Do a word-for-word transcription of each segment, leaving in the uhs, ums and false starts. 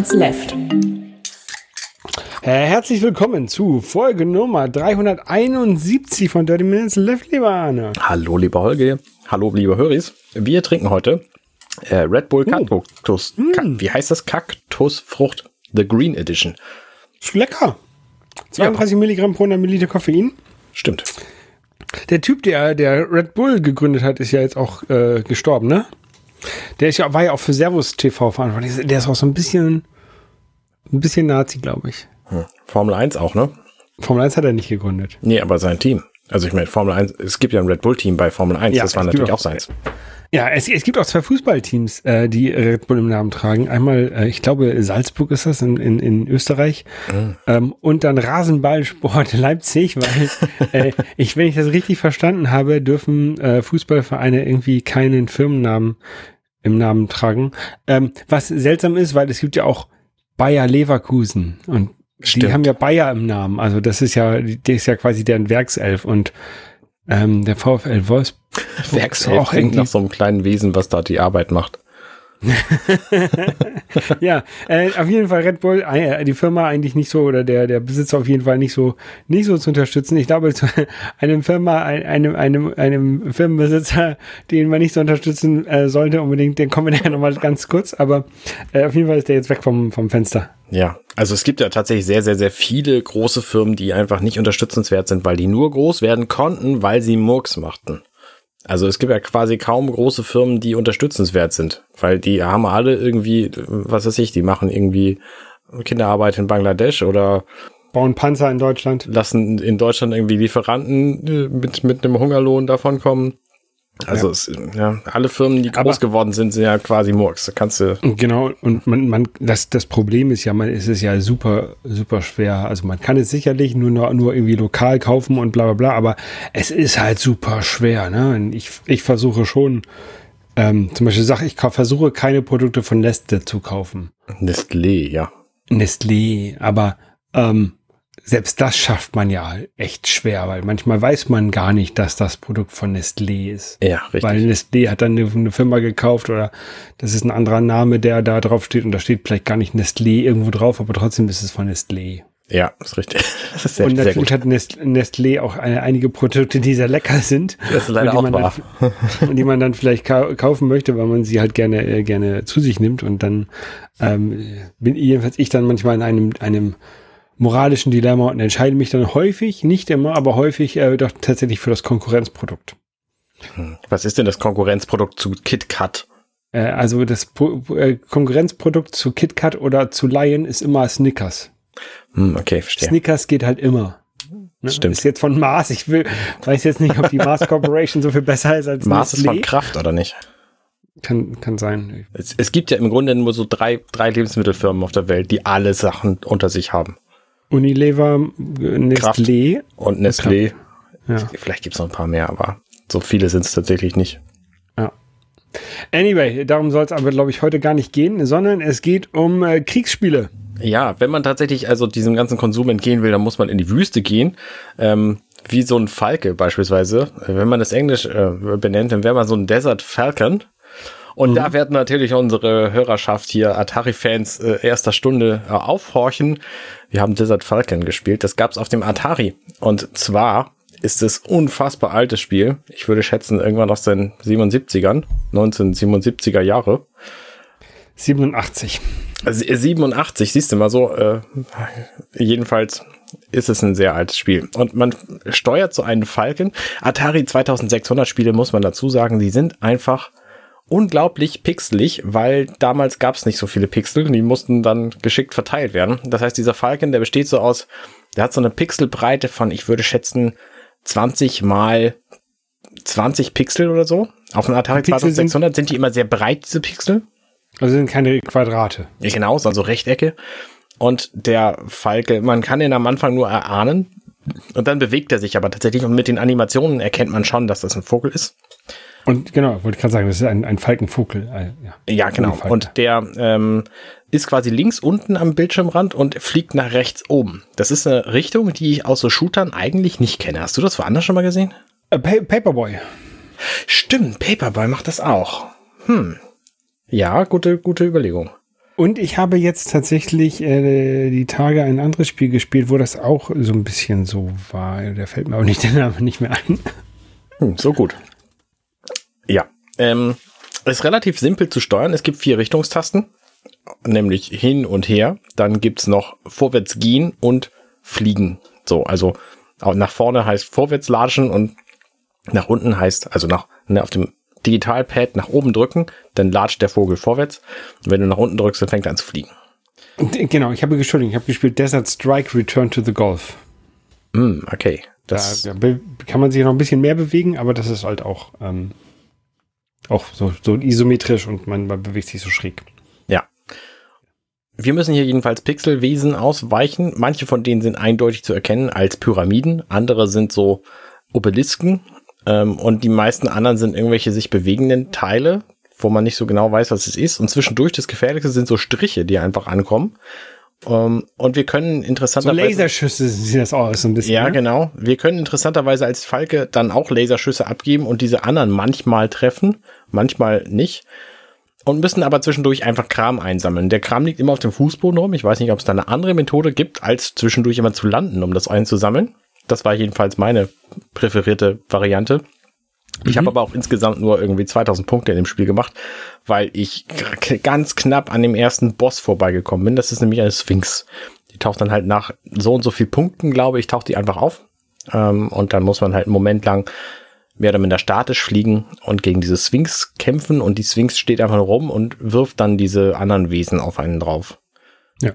Minutes Left. Herzlich willkommen zu Folge Nummer dreihunderteinundsiebzig von thirty Minutes Left, lieber Arne. Hallo, lieber Holger. Hallo, liebe Höris. Wir trinken heute äh, Red Bull Kaktus. Oh. Ka- wie heißt das? Kaktusfrucht, The Green Edition. Ist lecker. zweiunddreißig ja. Milligramm pro hundert Milliliter Koffein. Stimmt. Der Typ, der, der Red Bull gegründet hat, ist ja jetzt auch äh, gestorben, ne? Der ist ja, war ja auch für Servus T V verantwortlich. Der ist auch so ein bisschen, ein bisschen Nazi, glaube ich. Hm. Formel eins auch, ne? Formel eins hat er nicht gegründet. Nee, aber sein Team. Also ich meine, Formel eins, es gibt ja ein Red Bull-Team bei Formel eins, Ja, das war es natürlich gibt auch seins. Ja, es, es gibt auch zwei Fußballteams, äh, die Red Bull im Namen tragen. Einmal, äh, ich glaube, Salzburg ist das in, in, in Österreich. Mhm. Ähm, und dann Rasenballsport Leipzig, weil äh, ich, wenn ich das richtig verstanden habe, dürfen äh, Fußballvereine irgendwie keinen Firmennamen im Namen tragen. Ähm, was seltsam ist, weil es gibt ja auch Bayer Leverkusen und Stimmt. die haben ja Bayer im Namen. Also das ist ja, der ist ja quasi deren Werkself und ähm, der VfL Wolfsburg Werkself auch klingt irgendwie nach so einem kleinen Wesen, was da die Arbeit macht. ja, äh, auf jeden Fall Red Bull, äh, die Firma eigentlich nicht so, oder der, der Besitzer auf jeden Fall nicht so, nicht so zu unterstützen. Ich glaube, zu einem Firma, einem, einem, einem Firmenbesitzer, den man nicht so unterstützen äh, sollte unbedingt, den kommen wir nachher nochmal ganz kurz, aber äh, auf jeden Fall ist der jetzt weg vom, vom Fenster. Ja, also es gibt ja tatsächlich sehr, sehr, sehr viele große Firmen, die einfach nicht unterstützenswert sind, weil die nur groß werden konnten, weil sie Murks machten. Also es gibt ja quasi kaum große Firmen, die unterstützenswert sind, weil die haben alle irgendwie, was weiß ich, die machen irgendwie Kinderarbeit in Bangladesch oder bauen Panzer in Deutschland. Lassen in Deutschland irgendwie Lieferanten mit, mit einem Hungerlohn davonkommen. Also ja. Es, ja, alle Firmen, die groß Aber, geworden sind, sind ja quasi Murks. Da kannst du genau, und man, man, das, das Problem ist ja, man ist es ja super, super schwer. Also man kann es sicherlich nur, nur, nur irgendwie lokal kaufen und bla bla bla, aber es ist halt super schwer, ne? Und ich, ich versuche schon, ähm, zum Beispiel sage ich, versuche keine Produkte von Nestle zu kaufen. Nestlé, ja. Nestlé, aber ähm, selbst das schafft man ja echt schwer, weil manchmal weiß man gar nicht, dass das Produkt von Nestlé ist. Ja, richtig. Weil Nestlé hat dann eine, eine Firma gekauft oder das ist ein anderer Name, der da drauf steht und da steht vielleicht gar nicht Nestlé irgendwo drauf, aber trotzdem ist es von Nestlé. Ja, ist richtig. Das ist sehr, und natürlich sehr gut. hat Nestlé auch eine, einige Produkte, die sehr lecker sind. Das ist leider auch wahr. Dann, und die man dann vielleicht ka- kaufen möchte, weil man sie halt gerne, äh, gerne zu sich nimmt und dann ähm, bin jedenfalls ich dann manchmal in einem, einem moralischen Dilemma und entscheide mich dann häufig, nicht immer, aber häufig äh, doch tatsächlich für das Konkurrenzprodukt. Was ist denn das Konkurrenzprodukt zu KitKat? Äh, also das Pro- äh, Konkurrenzprodukt zu KitKat oder zu Lion ist immer Snickers. Hm, okay, verstehe. Snickers geht halt immer. Ne? Stimmt. Ist jetzt von Mars. Ich will, weiß jetzt nicht, ob die Mars Corporation so viel besser ist als Mars Nestlé. ist von Kraft, oder nicht? Kann, kann sein. Es, es gibt ja im Grunde nur so drei, drei Lebensmittelfirmen auf der Welt, die alle Sachen unter sich haben. Unilever, Nestlé und Nestlé. Ja. Vielleicht gibt es noch ein paar mehr, aber so viele sind es tatsächlich nicht. Ja. Anyway, darum soll es aber, glaube ich, heute gar nicht gehen, sondern es geht um äh, Kriegsspiele. Ja, wenn man tatsächlich also diesem ganzen Konsum entgehen will, dann muss man in die Wüste gehen. Ähm, wie so ein Falke beispielsweise. Wenn man das Englisch äh, benennt, dann wäre man so ein Desert Falcon. Und mhm. da werden natürlich unsere Hörerschaft hier, Atari-Fans, äh, erster Stunde äh, aufhorchen. Wir haben Desert Falcon gespielt. Das gab's auf dem Atari. Und zwar ist es unfassbar altes Spiel. Ich würde schätzen, irgendwann aus den siebenundsiebzigern, neunzehnhundertsiebenundsiebziger Jahre. siebenundachtzig. Also siebenundachtzig, siehst du mal so. Äh, jedenfalls ist es ein sehr altes Spiel. Und man steuert so einen Falcon. Atari zweitausendsechshundert Spiele, muss man dazu sagen, die sind einfach unglaublich pixelig, weil damals gab es nicht so viele Pixel und die mussten dann geschickt verteilt werden. Das heißt, dieser Falcon, der besteht so aus, der hat so eine Pixelbreite von, ich würde schätzen, zwanzig mal zwanzig Pixel oder so. Auf dem Atari zweitausendsechshundert sind, sind die immer sehr breit, diese Pixel. Also sind keine Quadrate. Ja, genau, also Rechtecke. Und der Falke, man kann ihn am Anfang nur erahnen und dann bewegt er sich aber tatsächlich und mit den Animationen erkennt man schon, dass das ein Vogel ist. Und genau, wollte ich gerade sagen, das ist ein, ein Falkenvogel. Ja, ja genau. Und der ähm, ist quasi links unten am Bildschirmrand und fliegt nach rechts oben. Das ist eine Richtung, die ich aus so Shootern eigentlich nicht kenne. Hast du das woanders schon mal gesehen? Uh, pa- Paperboy. Stimmt, Paperboy macht das auch. Hm. Ja, gute, gute Überlegung. Und ich habe jetzt tatsächlich äh, die Tage ein anderes Spiel gespielt, wo das auch so ein bisschen so war. Der fällt mir auch nicht der Name nicht mehr ein. Hm, so gut. Ja, ähm, ist relativ simpel zu steuern. Es gibt vier Richtungstasten, nämlich hin und her. Dann gibt's noch vorwärts gehen und fliegen. So, also nach vorne heißt vorwärts latschen und nach unten heißt, also nach ne, auf dem Digitalpad nach oben drücken, dann latscht der Vogel vorwärts. Und wenn du nach unten drückst, dann fängt er an zu fliegen. Genau, ich habe Entschuldigung, ich habe gespielt Desert Strike Return to the Golf. Mm, okay. Das da, da kann man sich noch ein bisschen mehr bewegen, aber das ist halt auch, ähm, auch so, so isometrisch und man, man bewegt sich so schräg. Ja. Wir müssen hier jedenfalls Pixelwesen ausweichen. Manche von denen sind eindeutig zu erkennen als Pyramiden, andere sind so Obelisken. Ähm, und die meisten anderen sind irgendwelche sich bewegenden Teile, wo man nicht so genau weiß, was es ist. Und zwischendurch das Gefährlichste sind so Striche, die einfach ankommen. Um, und wir können interessanterweise... So Laserschüsse sieht das aus, so ein bisschen. Ja, ne? genau. Wir können interessanterweise als Falke dann auch Laserschüsse abgeben und diese anderen manchmal treffen, manchmal nicht. Und müssen aber zwischendurch einfach Kram einsammeln. Der Kram liegt immer auf dem Fußboden rum. Ich weiß nicht, ob es da eine andere Methode gibt, als zwischendurch immer zu landen, um das einzusammeln. Das war jedenfalls meine präferierte Variante. Ich mhm. habe aber auch insgesamt nur irgendwie zweitausend Punkte in dem Spiel gemacht, weil ich k- ganz knapp an dem ersten Boss vorbeigekommen bin. Das ist nämlich eine Sphinx. Die taucht dann halt nach so und so viel Punkten, glaube ich, taucht die einfach auf. Ähm, und dann muss man halt einen Moment lang mehr oder minder statisch fliegen und gegen diese Sphinx kämpfen. Und die Sphinx steht einfach nur rum und wirft dann diese anderen Wesen auf einen drauf. Ja.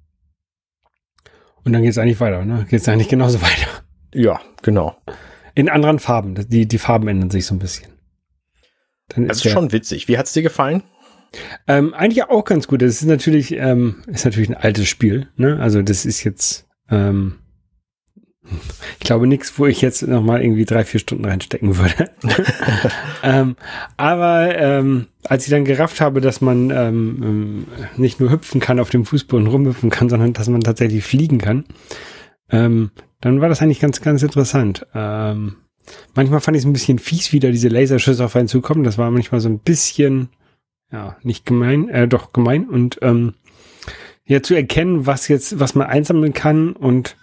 Und dann geht es eigentlich weiter, ne? Geht es eigentlich genauso weiter. Ja, genau. In anderen Farben. Die, die Farben ändern sich so ein bisschen. Dann Das ist, ist schon witzig. Wie hat es dir gefallen? Ähm, eigentlich auch ganz gut. Das ist natürlich, ähm, ist natürlich ein altes Spiel, ne? Also das ist jetzt, ähm, ich glaube nichts, wo ich jetzt noch mal irgendwie drei, vier Stunden reinstecken würde. ähm, aber ähm, als ich dann gerafft habe, dass man ähm, nicht nur hüpfen kann, auf dem Fußboden rumhüpfen kann, sondern dass man tatsächlich fliegen kann, ähm, dann war das eigentlich ganz, ganz interessant. Ähm, manchmal fand ich es ein bisschen fies, wieder diese Laserschüsse auf einen zukommen. Das war manchmal so ein bisschen, ja, nicht gemein, äh, doch gemein. Und ähm, ja, zu erkennen, was jetzt, was man einsammeln kann und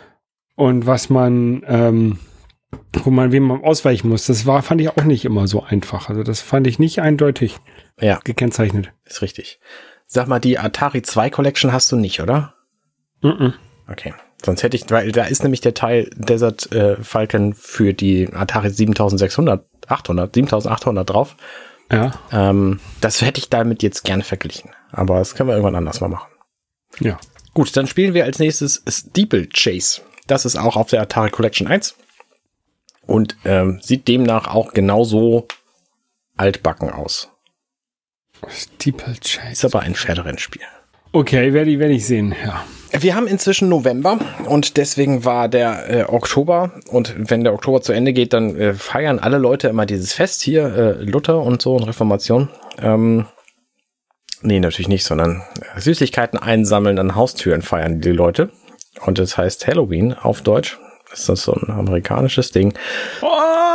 und was man, ähm, wo man wem man ausweichen muss, das war, fand ich auch nicht immer so einfach. Also das fand ich nicht eindeutig ja. gekennzeichnet. Ist richtig. Sag mal, die Atari zwei Collection hast du nicht, oder? Mhm. Okay. Sonst hätte ich, weil da ist nämlich der Teil Desert äh, Falcon für die Atari siebentausendsechshundert, achthundert, siebentausendachthundert drauf. Ja. Ähm, das hätte ich damit jetzt gerne verglichen. Aber das können wir irgendwann anders mal machen. Ja. Gut, dann spielen wir als nächstes Steeplechase. Das ist auch auf der Atari Collection eins und ähm, sieht demnach auch genauso altbacken aus. Steeplechase. Ist aber ein Pferderennspiel. Okay, werde ich, werde ich sehen, ja. Wir haben inzwischen November und deswegen war der äh, Oktober und wenn der Oktober zu Ende geht, dann äh, feiern alle Leute immer dieses Fest hier, äh, Luther und so und Reformation. Ähm, nee, natürlich nicht, sondern äh, Süßigkeiten einsammeln, an Haustüren feiern die Leute. Und das heißt Halloween auf Deutsch. Ist das so ein amerikanisches Ding? Oh,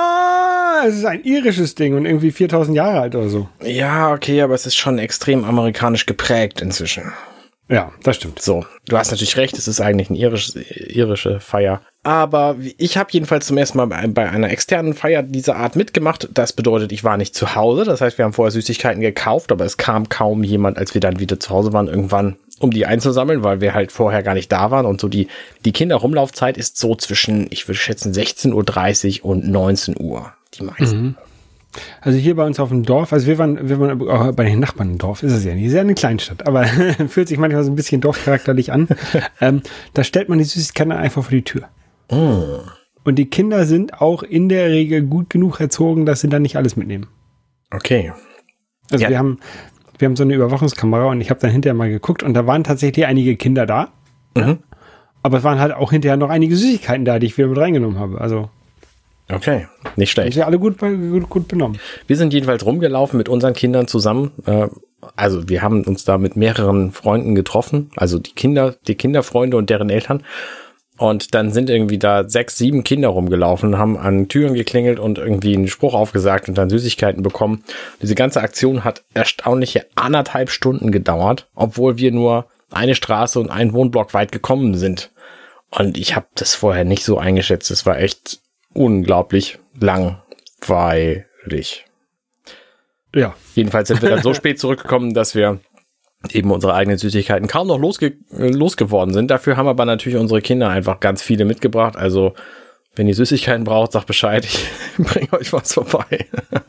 es ist ein irisches Ding und irgendwie viertausend Jahre alt oder so. Ja, okay, aber es ist schon extrem amerikanisch geprägt inzwischen. Ja, das stimmt. So, du hast natürlich recht, es ist eigentlich eine irische, irische Feier. Aber ich habe jedenfalls zum ersten Mal bei, bei einer externen Feier dieser Art mitgemacht. Das bedeutet, ich war nicht zu Hause. Das heißt, wir haben vorher Süßigkeiten gekauft, aber es kam kaum jemand, als wir dann wieder zu Hause waren, irgendwann, um die einzusammeln, weil wir halt vorher gar nicht da waren. Und so die, die Kinderrumlaufzeit ist so zwischen, ich würde schätzen, sechzehn Uhr dreißig und neunzehn Uhr. Die meisten. Mhm. Also hier bei uns auf dem Dorf, also wir waren, wir waren auch bei den Nachbarn im Dorf, ist es ja nicht, ist ja eine Kleinstadt, aber fühlt sich manchmal so ein bisschen dorfcharakterlich an. ähm, da stellt man die Süßigkeiten einfach vor die Tür. Mm. Und die Kinder sind auch in der Regel gut genug erzogen, dass sie dann nicht alles mitnehmen. Okay. Also ja. wir haben, wir haben so eine Überwachungskamera und ich habe dann hinterher mal geguckt und da waren tatsächlich einige Kinder da. Mhm. Ja, aber es waren halt auch hinterher noch einige Süßigkeiten da, die ich wieder mit reingenommen habe. Also okay, nicht schlecht. sind sie alle gut, gut, gut benommen. Wir sind jedenfalls rumgelaufen mit unseren Kindern zusammen. Äh, also wir haben uns da mit mehreren Freunden getroffen. Also die Kinder, die Kinderfreunde und deren Eltern. Und dann sind irgendwie da sechs, sieben Kinder rumgelaufen, haben an Türen geklingelt und irgendwie einen Spruch aufgesagt und dann Süßigkeiten bekommen. Diese ganze Aktion hat erstaunliche anderthalb Stunden gedauert, obwohl wir nur eine Straße und einen Wohnblock weit gekommen sind. Und ich habe das vorher nicht so eingeschätzt. Es war echt unglaublich langweilig. Ja. Jedenfalls sind wir dann so spät zurückgekommen, dass wir eben unsere eigenen Süßigkeiten kaum noch losge- losgeworden sind. Dafür haben aber natürlich unsere Kinder einfach ganz viele mitgebracht. Also, wenn ihr Süßigkeiten braucht, sagt Bescheid. Ich bringe euch was vorbei.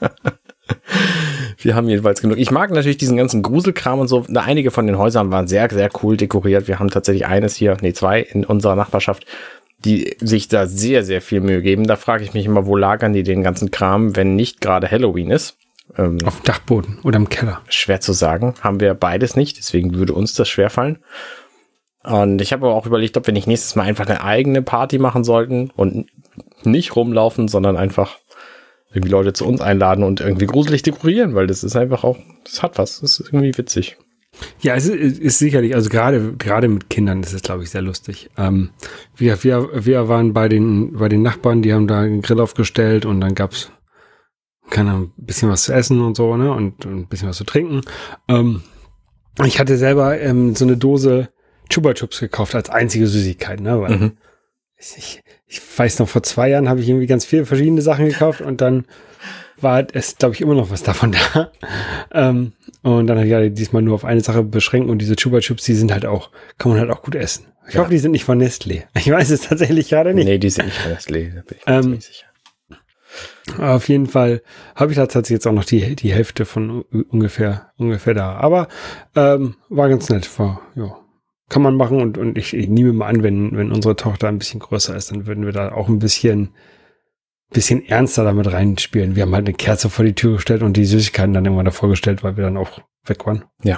Wir haben jedenfalls genug. Ich mag natürlich diesen ganzen Gruselkram und so. Einige von den Häusern waren sehr, sehr cool dekoriert. Wir haben tatsächlich eines hier, nee, zwei in unserer Nachbarschaft, die sich da sehr, sehr viel Mühe geben. Da frage ich mich immer, wo lagern die den ganzen Kram, wenn nicht gerade Halloween ist? Ähm, Auf dem Dachboden oder im Keller. Schwer zu sagen. Haben wir beides nicht. Deswegen würde uns das schwerfallen. Und ich habe aber auch überlegt, ob wir nicht nächstes Mal einfach eine eigene Party machen sollten und nicht rumlaufen, sondern einfach irgendwie Leute zu uns einladen und irgendwie gruselig dekorieren, weil das ist einfach auch, das hat was. Das ist irgendwie witzig. Ja, es ist, ist sicherlich, also gerade gerade mit Kindern ist es, glaube ich, sehr lustig. Ähm, wir, wir, wir waren bei den, bei den Nachbarn, die haben da einen Grill aufgestellt und dann gab's keine Ahnung, ein bisschen was zu essen und so, ne, und, und ein bisschen was zu trinken. Ähm, ich hatte selber ähm, so eine Dose Chupa Chups gekauft als einzige Süßigkeit, ne, weil Mhm. ich, ich weiß noch, vor zwei Jahren habe ich irgendwie ganz viele verschiedene Sachen gekauft und dann war es, glaube ich, immer noch was davon da. ähm, und dann habe ich ja diesmal nur auf eine Sache beschränkt und diese Chupa Chups, die sind halt auch, kann man halt auch gut essen. Ich Ja. hoffe, die sind nicht von Nestlé. Ich weiß es tatsächlich gerade nicht. Nee, die sind nicht von Nestlé, da bin ich mir Ähm, ziemlich sicher. Auf jeden Fall habe ich da tatsächlich jetzt auch noch die, die Hälfte von u- ungefähr, ungefähr da. Aber ähm, war ganz nett. War, ja, kann man machen und, und ich, ich nehme mal an, wenn, wenn unsere Tochter ein bisschen größer ist, dann würden wir da auch ein bisschen, bisschen ernster damit reinspielen. Wir haben halt eine Kerze vor die Tür gestellt und die Süßigkeiten dann irgendwann davor gestellt, weil wir dann auch weg waren. Ja.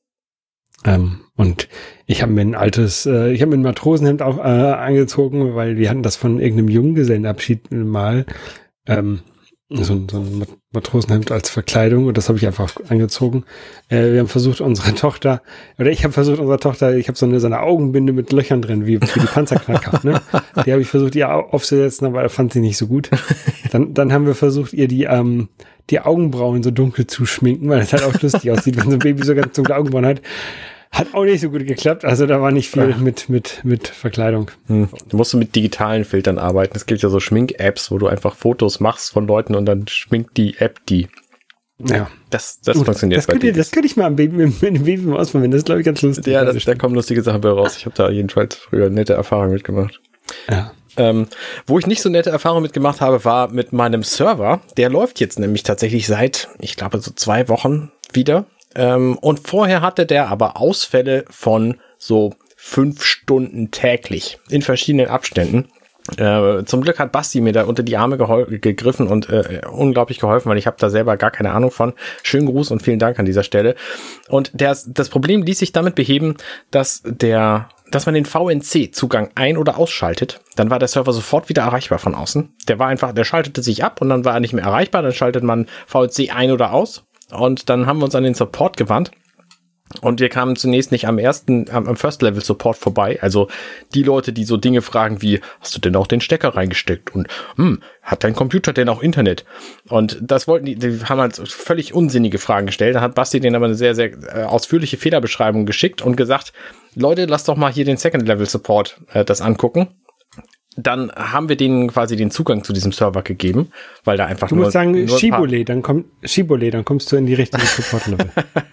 Ähm, und ich habe mir ein altes, äh, ich habe mir ein Matrosenhemd auch äh, angezogen, weil wir hatten das von irgendeinem Junggesellenabschied mal. Ähm, so, ein- so ein Mat- Matrosenhemd als Verkleidung und das habe ich einfach angezogen. Äh, wir haben versucht, unsere Tochter, oder ich habe versucht, unserer Tochter, ich habe so eine, so eine Augenbinde mit Löchern drin, wie, wie die Panzerknacker, ne? Die habe ich versucht, ihr au- aufzusetzen, aber fand sie nicht so gut. Dann, dann haben wir versucht, ihr die, ähm, die Augenbrauen so dunkel zu schminken, weil das halt auch lustig aussieht, wenn so ein Baby so ganz dunkle Augenbrauen hat. Hat auch nicht so gut geklappt, also da war nicht viel Ja. mit, mit, mit Verkleidung. Hm. Du musst mit digitalen Filtern arbeiten. Es gibt ja so Schmink-Apps, wo du einfach Fotos machst von Leuten und dann schminkt die App die. Ja. Das, das Uh, funktioniert das könnte, dir. das könnte ich mal am Baby, mit dem Baby mal ausprobieren. Das ist, glaube ich, ganz lustig. Ja, das, da kommen lustige Sachen bei raus. Ich habe da jedenfalls früher nette Erfahrungen mitgemacht. Ja. Ähm, wo ich nicht so nette Erfahrungen mitgemacht habe, war mit meinem Server. Der läuft jetzt nämlich tatsächlich seit, ich glaube, so zwei Wochen wieder. Ähm, und vorher hatte der aber Ausfälle von so fünf Stunden täglich in verschiedenen Abständen. Äh, zum Glück hat Basti mir da unter die Arme gehol- gegriffen und äh, unglaublich geholfen, weil ich habe da selber gar keine Ahnung von. Schönen Gruß und vielen Dank an dieser Stelle. Und der, das Problem ließ sich damit beheben, dass der, dass man den V N C-Zugang ein- oder ausschaltet. Dann war der Server sofort wieder erreichbar von außen. Der war einfach, der schaltete sich ab und dann war er nicht mehr erreichbar. Dann schaltet man V N C ein oder aus. Und dann haben wir uns an den Support gewandt. Und wir kamen zunächst nicht am ersten, am, am First-Level-Support vorbei. Also die Leute, die so Dinge fragen wie, hast du denn auch den Stecker reingesteckt? Und hm, hat dein Computer denn auch Internet? Und das wollten die, die haben halt völlig unsinnige Fragen gestellt. Da hat Basti denen aber eine sehr, sehr äh, ausführliche Fehlerbeschreibung geschickt und gesagt, Leute, lasst doch mal hier den Second-Level-Support äh, das angucken. Dann haben wir denen quasi den Zugang zu diesem Server gegeben, weil da einfach Du nur... musst sagen, nur ein paar- Shibboleth, dann kommt, Shibboleth, dann kommst du in die richtige Support-Level.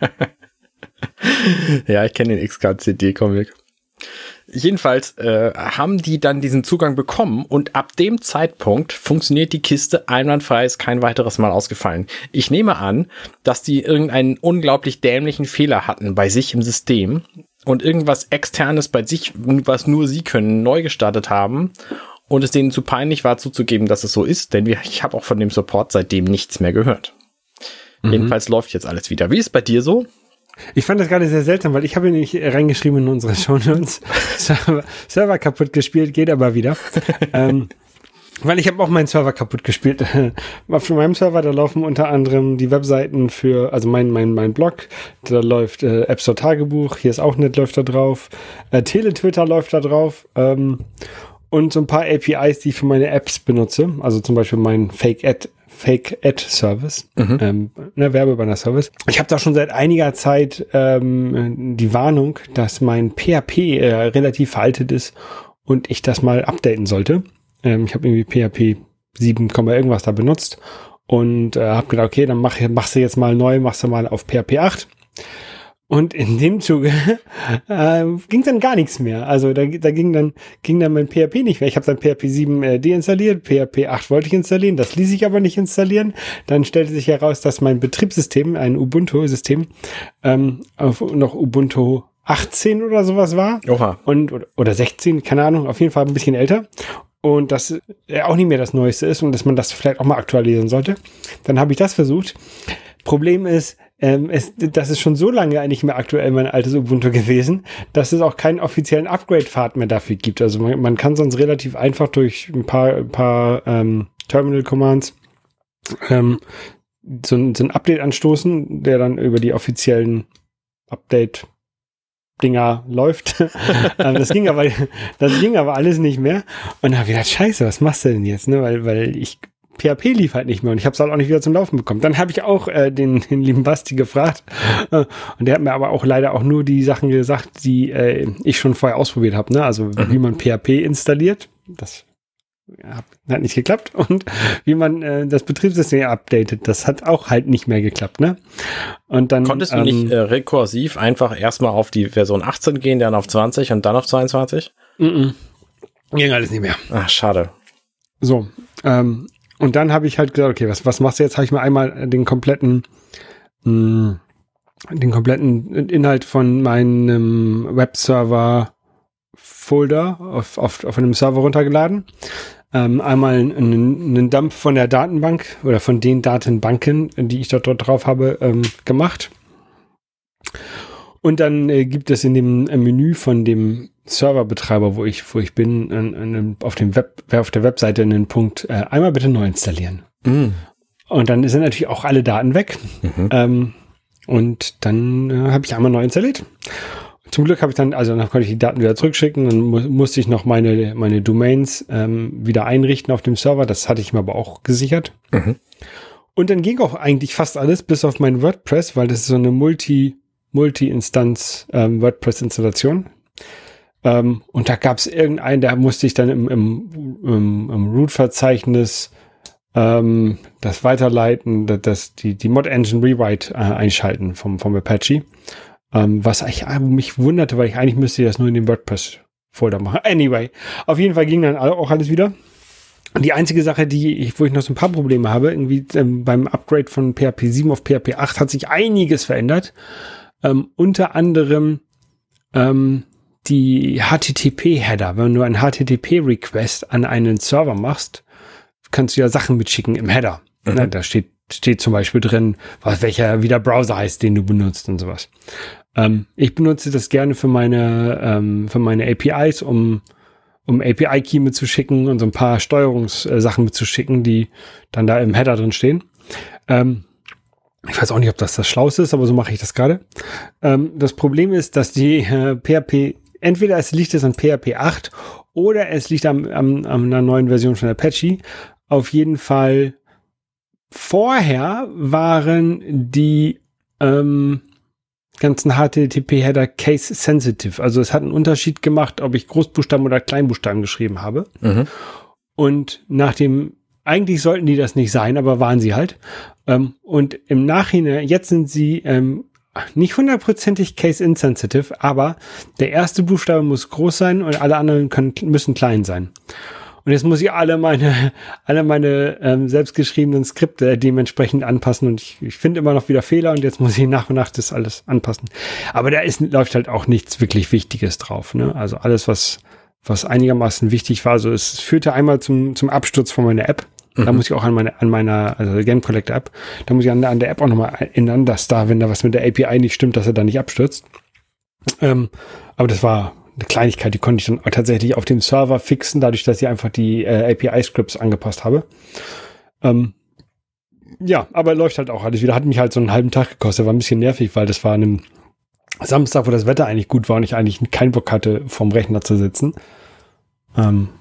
Ja, ich kenne den X K C D-Comic. Jedenfalls äh, haben die dann diesen Zugang bekommen und ab dem Zeitpunkt funktioniert die Kiste einwandfrei, ist kein weiteres Mal ausgefallen. Ich nehme an, dass die irgendeinen unglaublich dämlichen Fehler hatten bei sich im System und irgendwas Externes bei sich, was nur sie können, neu gestartet haben und es denen zu peinlich war zuzugeben, dass es so ist, denn wir, ich habe auch von dem Support seitdem nichts mehr gehört. Mhm. Jedenfalls läuft jetzt alles wieder. Wie ist bei dir so? Ich fand das gerade sehr seltsam, weil ich habe nämlich reingeschrieben in unsere Shownotes, Server, Server kaputt gespielt, geht aber wieder. ähm, weil ich habe auch meinen Server kaputt gespielt. Auf meinem Server, da laufen unter anderem die Webseiten für, also mein mein mein Blog, da läuft äh, App Store Tagebuch, hier ist auch nett, läuft da drauf. Äh, Tele-Twitter läuft da drauf. Ähm, und so ein paar A P Is, die ich für meine Apps benutze. Also zum Beispiel mein Fake-Ad Fake-Ad-Service, mhm. ähm, ne, Werbebanner-Service. Ich habe da schon seit einiger Zeit ähm, die Warnung, dass mein P H P äh, relativ veraltet ist und ich das mal updaten sollte. Ähm, ich habe irgendwie P H P sieben, irgendwas da benutzt und äh, habe gedacht, okay, dann mach, machst du jetzt mal neu, machst du mal auf P H P acht. Und in dem Zuge äh, ging dann gar nichts mehr. Also da, da ging dann ging dann mein P H P nicht mehr. Ich habe dann P H P sieben äh, deinstalliert, P H P acht wollte ich installieren, das ließ ich aber nicht installieren. Dann stellte sich heraus, dass mein Betriebssystem, ein Ubuntu-System, ähm, auf noch Ubuntu achtzehn oder sowas war. Oha. Und, oder, oder sechzehn, keine Ahnung, auf jeden Fall ein bisschen älter. Und das äh, auch nicht mehr das Neueste ist und dass man das vielleicht auch mal aktualisieren sollte. Dann habe ich das versucht. Problem ist, ähm, es, das ist schon so lange eigentlich mehr aktuell mein altes Ubuntu gewesen, dass es auch keinen offiziellen Upgrade-Pfad mehr dafür gibt. Also man, man kann sonst relativ einfach durch ein paar, ein paar ähm, Terminal-Commands ähm, so, ein, so ein Update anstoßen, der dann über die offiziellen Update-Dinger läuft. ähm, das ging aber, das ging aber alles nicht mehr. Und da habe ich gedacht, scheiße, was machst du denn jetzt? Ne? Weil, weil ich P H P lief halt nicht mehr und ich habe es halt auch nicht wieder zum Laufen bekommen. Dann habe ich auch äh, den, den lieben Basti gefragt äh, und der hat mir aber auch leider auch nur die Sachen gesagt, die äh, ich schon vorher ausprobiert habe. Ne? Also mhm. wie man P H P installiert, das ja, hat nicht geklappt, und wie man äh, das Betriebssystem updatet, das hat auch halt nicht mehr geklappt. Ne? Und dann konntest du ähm, nicht äh, rekursiv einfach erstmal auf die Version achtzehn gehen, dann auf zwanzig und dann auf zweiundzwanzig? Mm-mm. Ging alles nicht mehr. Ach, schade. So, ähm, und dann habe ich halt gesagt, okay, was, was machst du jetzt? Habe ich mir einmal den kompletten, mh, den kompletten Inhalt von meinem Webserver-Folder auf, auf, auf einem Server runtergeladen. Ähm, einmal einen, einen Dump von der Datenbank oder von den Datenbanken, die ich dort, dort drauf habe, ähm, gemacht. Und dann äh, gibt es in dem äh, Menü von dem Serverbetreiber, wo ich, wo ich bin, an, an, auf dem Web, auf der Webseite einen Punkt, äh, einmal bitte neu installieren. Mm. Und dann sind natürlich auch alle Daten weg. Mhm. Ähm, und dann äh, habe ich einmal neu installiert. Zum Glück habe ich dann, also dann konnte ich die Daten wieder zurückschicken. Dann mu- musste ich noch meine, meine Domains ähm, wieder einrichten auf dem Server. Das hatte ich mir aber auch gesichert. Mhm. Und dann ging auch eigentlich fast alles, bis auf mein WordPress, weil das ist so eine Multi- Multi-Instanz ähm, WordPress-Installation. Ähm, und da gab es irgendeinen, da musste ich dann im, im, im, im Root-Verzeichnis ähm, das weiterleiten, das, das, die, die Mod-Engine Rewrite äh, einschalten vom, vom Apache. Ähm, was ich, äh, mich wunderte, weil ich eigentlich müsste das nur in dem WordPress-Folder machen. Anyway, auf jeden Fall ging dann auch alles wieder. Die einzige Sache, die ich, wo ich noch so ein paar Probleme habe, irgendwie ähm, beim Upgrade von P H P sieben auf P H P acht hat sich einiges verändert. Ähm, unter anderem ähm, die H T T P-Header. Wenn du einen H T T P-Request an einen Server machst, kannst du ja Sachen mitschicken im Header. Mhm. Ne, da steht, steht zum Beispiel drin, was, welcher wie der Browser heißt, den du benutzt und sowas. Ähm, ich benutze das gerne für meine, ähm, für meine A P Is, um um A P I-Key mitzuschicken und so ein paar Steuerungssachen mitzuschicken, die dann da im Header drin stehen. Ähm, ich weiß auch nicht, ob das das Schlauste ist, aber so mache ich das gerade. Ähm, das Problem ist, dass die äh, P H P, entweder es liegt es an P H P acht oder es liegt am, am, an einer neuen Version von Apache. Auf jeden Fall vorher waren die ähm, ganzen H T T P-Header case-sensitive. Also es hat einen Unterschied gemacht, ob ich Großbuchstaben oder Kleinbuchstaben geschrieben habe. Mhm. Und nach dem, eigentlich sollten die das nicht sein, aber waren sie halt. Ähm, und im Nachhinein, jetzt sind sie ähm, nicht hundertprozentig case-insensitive, aber der erste Buchstabe muss groß sein und alle anderen können, müssen klein sein. Und jetzt muss ich alle meine, alle meine ähm, selbstgeschriebenen Skripte dementsprechend anpassen. Und ich, ich finde immer noch wieder Fehler und jetzt muss ich nach und nach das alles anpassen. Aber da ist, läuft halt auch nichts wirklich Wichtiges drauf. Ne? Also alles, was, was einigermaßen wichtig war. Also es führte einmal zum, zum Absturz von meiner App. Mhm. Da muss ich auch an meine, an meiner, also Game Collector App, da muss ich an, an der App auch nochmal ändern, dass da, wenn da was mit der A P I nicht stimmt, dass er da nicht abstürzt. Ähm, aber das war eine Kleinigkeit, die konnte ich dann tatsächlich auf dem Server fixen, dadurch, dass ich einfach die äh, A P I-Scripts angepasst habe. Ähm, ja, aber läuft halt auch alles wieder. Hat mich halt so einen halben Tag gekostet. War ein bisschen nervig, weil das war an einem Samstag, wo das Wetter eigentlich gut war und ich eigentlich keinen Bock hatte, vorm Rechner zu sitzen. Ähm,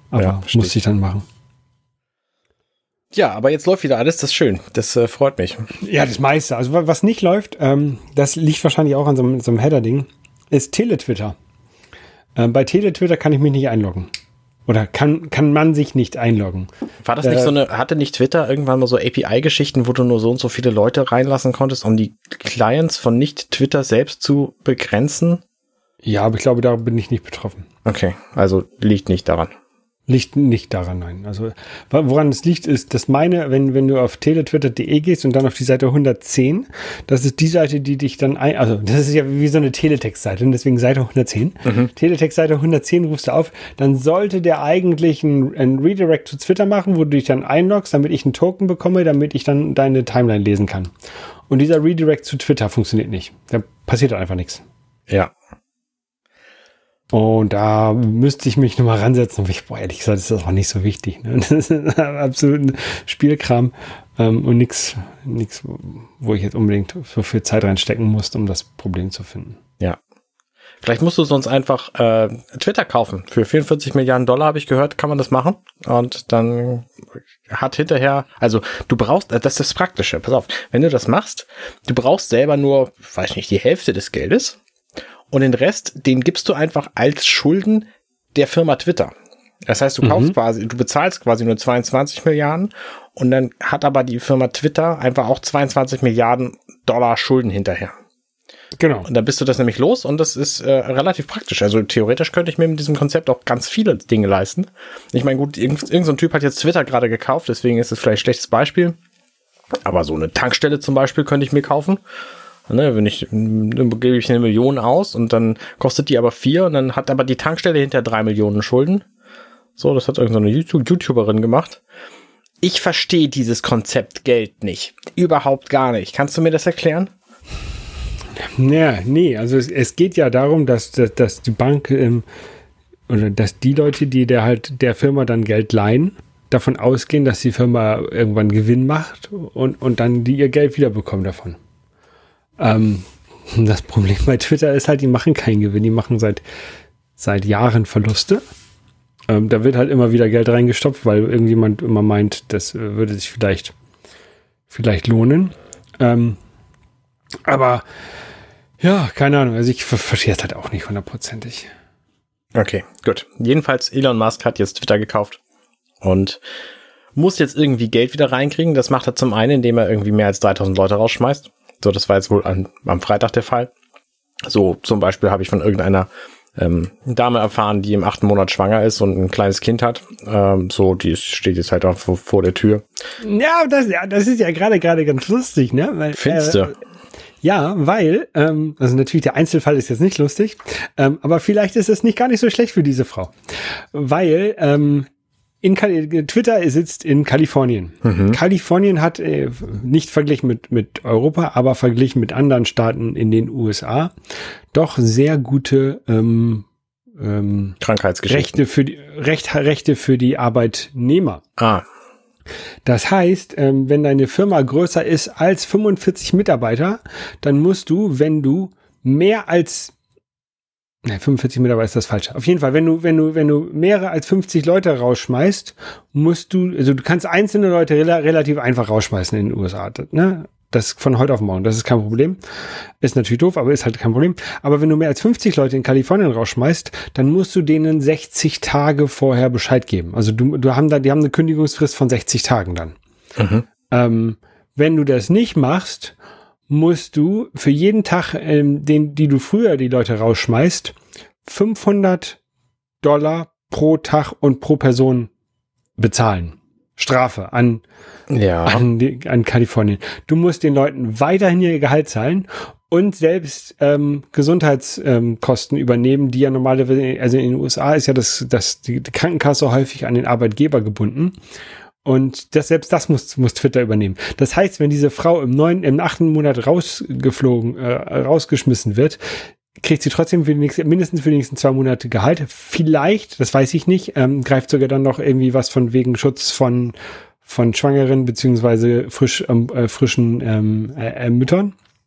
Aber ja, musste ich dann machen. Ja, aber jetzt läuft wieder alles, das ist schön. Das äh, freut mich. Ja, das meiste. Also was nicht läuft, ähm, das liegt wahrscheinlich auch an so, einem, so einem Header-Ding, ist Teletwitter. Ähm, bei Teletwitter kann ich mich nicht einloggen. Oder kann, kann man sich nicht einloggen. War das nicht äh, so eine, hatte nicht Twitter irgendwann mal so A P I-Geschichten, wo du nur so und so viele Leute reinlassen konntest, um die Clients von nicht Twitter selbst zu begrenzen? Ja, aber ich glaube, da bin ich nicht betroffen. Okay, also liegt nicht daran. Liegt nicht daran, nein. Also woran es liegt, ist, dass meine, wenn, wenn du auf teletwitter punkt de gehst und dann auf die Seite hundertzehn, das ist die Seite, die dich dann ein, also das ist ja wie so eine Teletext-Seite und deswegen Seite hundertzehn. Mhm. Teletext-Seite hundertzehn rufst du auf, dann sollte der eigentlich ein, ein Redirect zu Twitter machen, wo du dich dann einloggst, damit ich einen Token bekomme, damit ich dann deine Timeline lesen kann. Und dieser Redirect zu Twitter funktioniert nicht. Da passiert einfach nichts. Ja. Und da müsste ich mich nochmal ransetzen. Und ich, boah, ehrlich gesagt, ist das auch nicht so wichtig. Ne? Das ist absolut ein Spielkram ähm, und nichts, nichts, wo ich jetzt unbedingt so viel Zeit reinstecken musste, um das Problem zu finden. Ja. Vielleicht musst du sonst einfach äh, Twitter kaufen. Für vierundvierzig Milliarden Dollar, habe ich gehört, kann man das machen. Und dann hat hinterher, also du brauchst, das ist das Praktische, pass auf, wenn du das machst, du brauchst selber nur, weiß nicht, die Hälfte des Geldes. Und den Rest, den gibst du einfach als Schulden der Firma Twitter. Das heißt, du kaufst mhm. quasi, du bezahlst quasi nur zweiundzwanzig Milliarden und dann hat aber die Firma Twitter einfach auch zweiundzwanzig Milliarden Dollar Schulden hinterher. Genau. Und dann bist du das nämlich los und das ist äh, relativ praktisch. Also theoretisch könnte ich mir mit diesem Konzept auch ganz viele Dinge leisten. Ich meine, gut, irgend, irgend so ein Typ hat jetzt Twitter gerade gekauft, deswegen ist es vielleicht ein schlechtes Beispiel. Aber so eine Tankstelle zum Beispiel könnte ich mir kaufen. Ne, wenn ich, dann gebe ich eine Million aus und dann kostet die aber vier und dann hat aber die Tankstelle hinter drei Millionen Schulden. So, das hat irgendeine YouTube- YouTuberin gemacht. Ich verstehe dieses Konzept Geld nicht. Überhaupt gar nicht. Kannst du mir das erklären? Ja, nee, also es, es geht ja darum, dass, dass, dass die Bank ähm, oder dass die Leute, die der halt der Firma dann Geld leihen, davon ausgehen, dass die Firma irgendwann Gewinn macht und, und dann die ihr Geld wiederbekommen davon. Ähm, das Problem bei Twitter ist halt, die machen keinen Gewinn, die machen seit, seit Jahren Verluste. Ähm, da wird halt immer wieder Geld reingestopft, weil irgendjemand immer meint, das äh, würde sich vielleicht, vielleicht lohnen. Ähm, aber ja, keine Ahnung, also ich ver- verstehe es halt auch nicht hundertprozentig. Okay, gut. Jedenfalls, Elon Musk hat jetzt Twitter gekauft und muss jetzt irgendwie Geld wieder reinkriegen. Das macht er zum einen, indem er irgendwie mehr als dreitausend Leute rausschmeißt. So, das war jetzt wohl an, am Freitag der Fall. So, zum Beispiel habe ich von irgendeiner ähm, Dame erfahren, die im achten Monat schwanger ist und ein kleines Kind hat. Ähm, so, die steht jetzt halt auch vor, vor der Tür. Ja, das, ja, das ist ja gerade gerade ganz lustig, ne? Weil, Findest du? Äh, ja, weil, ähm, also natürlich der Einzelfall ist jetzt nicht lustig, ähm, aber vielleicht ist es nicht gar nicht so schlecht für diese Frau. Weil, ähm, In Kali- Twitter sitzt in Kalifornien. Mhm. Kalifornien hat äh, nicht verglichen mit, mit Europa, aber verglichen mit anderen Staaten in den U S A doch sehr gute ähm, ähm, Krankheitsgeschichten. Rechte für die Recht, Rechte für die Arbeitnehmer. Ah. Das heißt, ähm, wenn deine Firma größer ist als fünfundvierzig Mitarbeiter, dann musst du, wenn du mehr als Ne, fünfundvierzig Mitarbeiter ist das falsch. Auf jeden Fall, wenn du, wenn du, wenn du mehrere als fünfzig Leute rausschmeißt, musst du, also du kannst einzelne Leute rela- relativ einfach rausschmeißen in den U S A, ne? Das von heute auf morgen, das ist kein Problem. Ist natürlich doof, aber ist halt kein Problem. Aber wenn du mehr als fünfzig Leute in Kalifornien rausschmeißt, dann musst du denen sechzig Tage vorher Bescheid geben. Also du, du haben da, die haben eine Kündigungsfrist von sechzig Tagen dann. Mhm. Ähm, wenn du das nicht machst, musst du für jeden Tag, ähm, den, die du früher die Leute rausschmeißt, fünfhundert Dollar pro Tag und pro Person bezahlen. Strafe an, ja. an, die, an Kalifornien. Du musst den Leuten weiterhin ihr Gehalt zahlen und selbst ähm, Gesundheitskosten ähm, übernehmen, die ja normalerweise, also in den U S A ist ja das, das die, die Krankenkasse häufig an den Arbeitgeber gebunden. Und das, selbst das muss, muss Twitter übernehmen. Das heißt, wenn diese Frau im neunten, im achten Monat rausgeflogen, äh, rausgeschmissen wird, kriegt sie trotzdem für die nächsten, mindestens für die nächsten zwei Monate Gehalt. Vielleicht, das weiß ich nicht, ähm, greift sogar dann noch irgendwie was von wegen Schutz von, von Schwangeren beziehungsweise frisch, ähm, äh, frischen ähm, äh, äh, Müttern.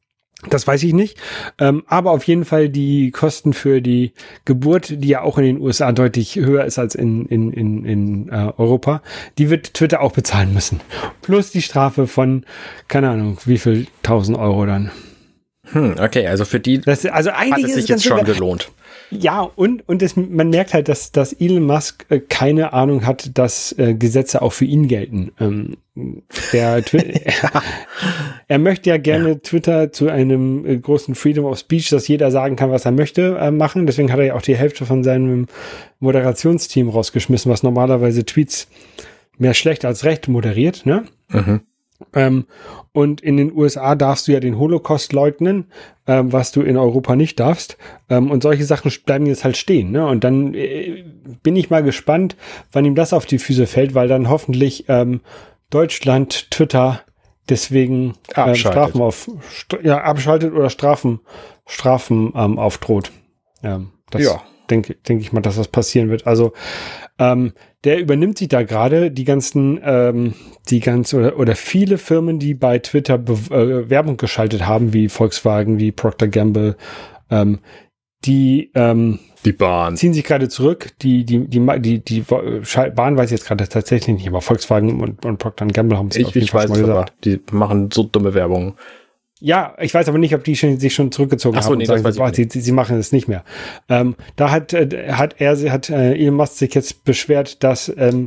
Das weiß ich nicht. Ähm, aber auf jeden Fall die Kosten für die Geburt, die ja auch in den U S A deutlich höher ist als in, in, in, in äh, Europa, die wird Twitter auch bezahlen müssen. Plus die Strafe von, keine Ahnung, wie viel tausend Euro dann. Hm, okay, also für die das, also eigentlich hat es sich ist jetzt schon sogar, gelohnt. Ja, und, und das, man merkt halt, dass, dass Elon Musk äh, keine Ahnung hat, dass äh, Gesetze auch für ihn gelten. Ähm, der Twi- er, er möchte ja gerne ja. Twitter zu einem äh, großen Freedom of Speech, dass jeder sagen kann, was er möchte, äh, machen. Deswegen hat er ja auch die Hälfte von seinem Moderationsteam rausgeschmissen, was normalerweise Tweets mehr schlecht als recht moderiert, ne? Mhm. Ähm, und in den U S A darfst du ja den Holocaust leugnen, ähm, was du in Europa nicht darfst. Ähm, und solche Sachen bleiben jetzt halt stehen. Ne? Und dann äh, bin ich mal gespannt, wann ihm das auf die Füße fällt, weil dann hoffentlich ähm, Deutschland Twitter deswegen äh, Strafen auf st- ja, abschaltet oder Strafen, Strafen ähm, aufdroht. Ähm, das ja. denke denk ich mal, dass das passieren wird. Also ähm, der übernimmt sich da gerade die ganzen, ähm, die ganze oder, oder viele Firmen, die bei Twitter Be- äh, Werbung geschaltet haben, wie Volkswagen, wie Procter Gamble, ähm, die, ähm, die Bahn ziehen sich gerade zurück. Die, die, die, die, die Bahn weiß ich jetzt gerade tatsächlich nicht, aber Volkswagen und, und Procter Gamble haben es auf jeden Fall mal gesagt. Aber die machen so dumme Werbung. Ja, ich weiß aber nicht, ob die schon, sich schon zurückgezogen Ach so, haben nee, und sagen, das boah, sie, sie machen es nicht mehr. Ähm, da hat, äh, hat er, hat äh, Elon Musk sich jetzt beschwert, dass ähm,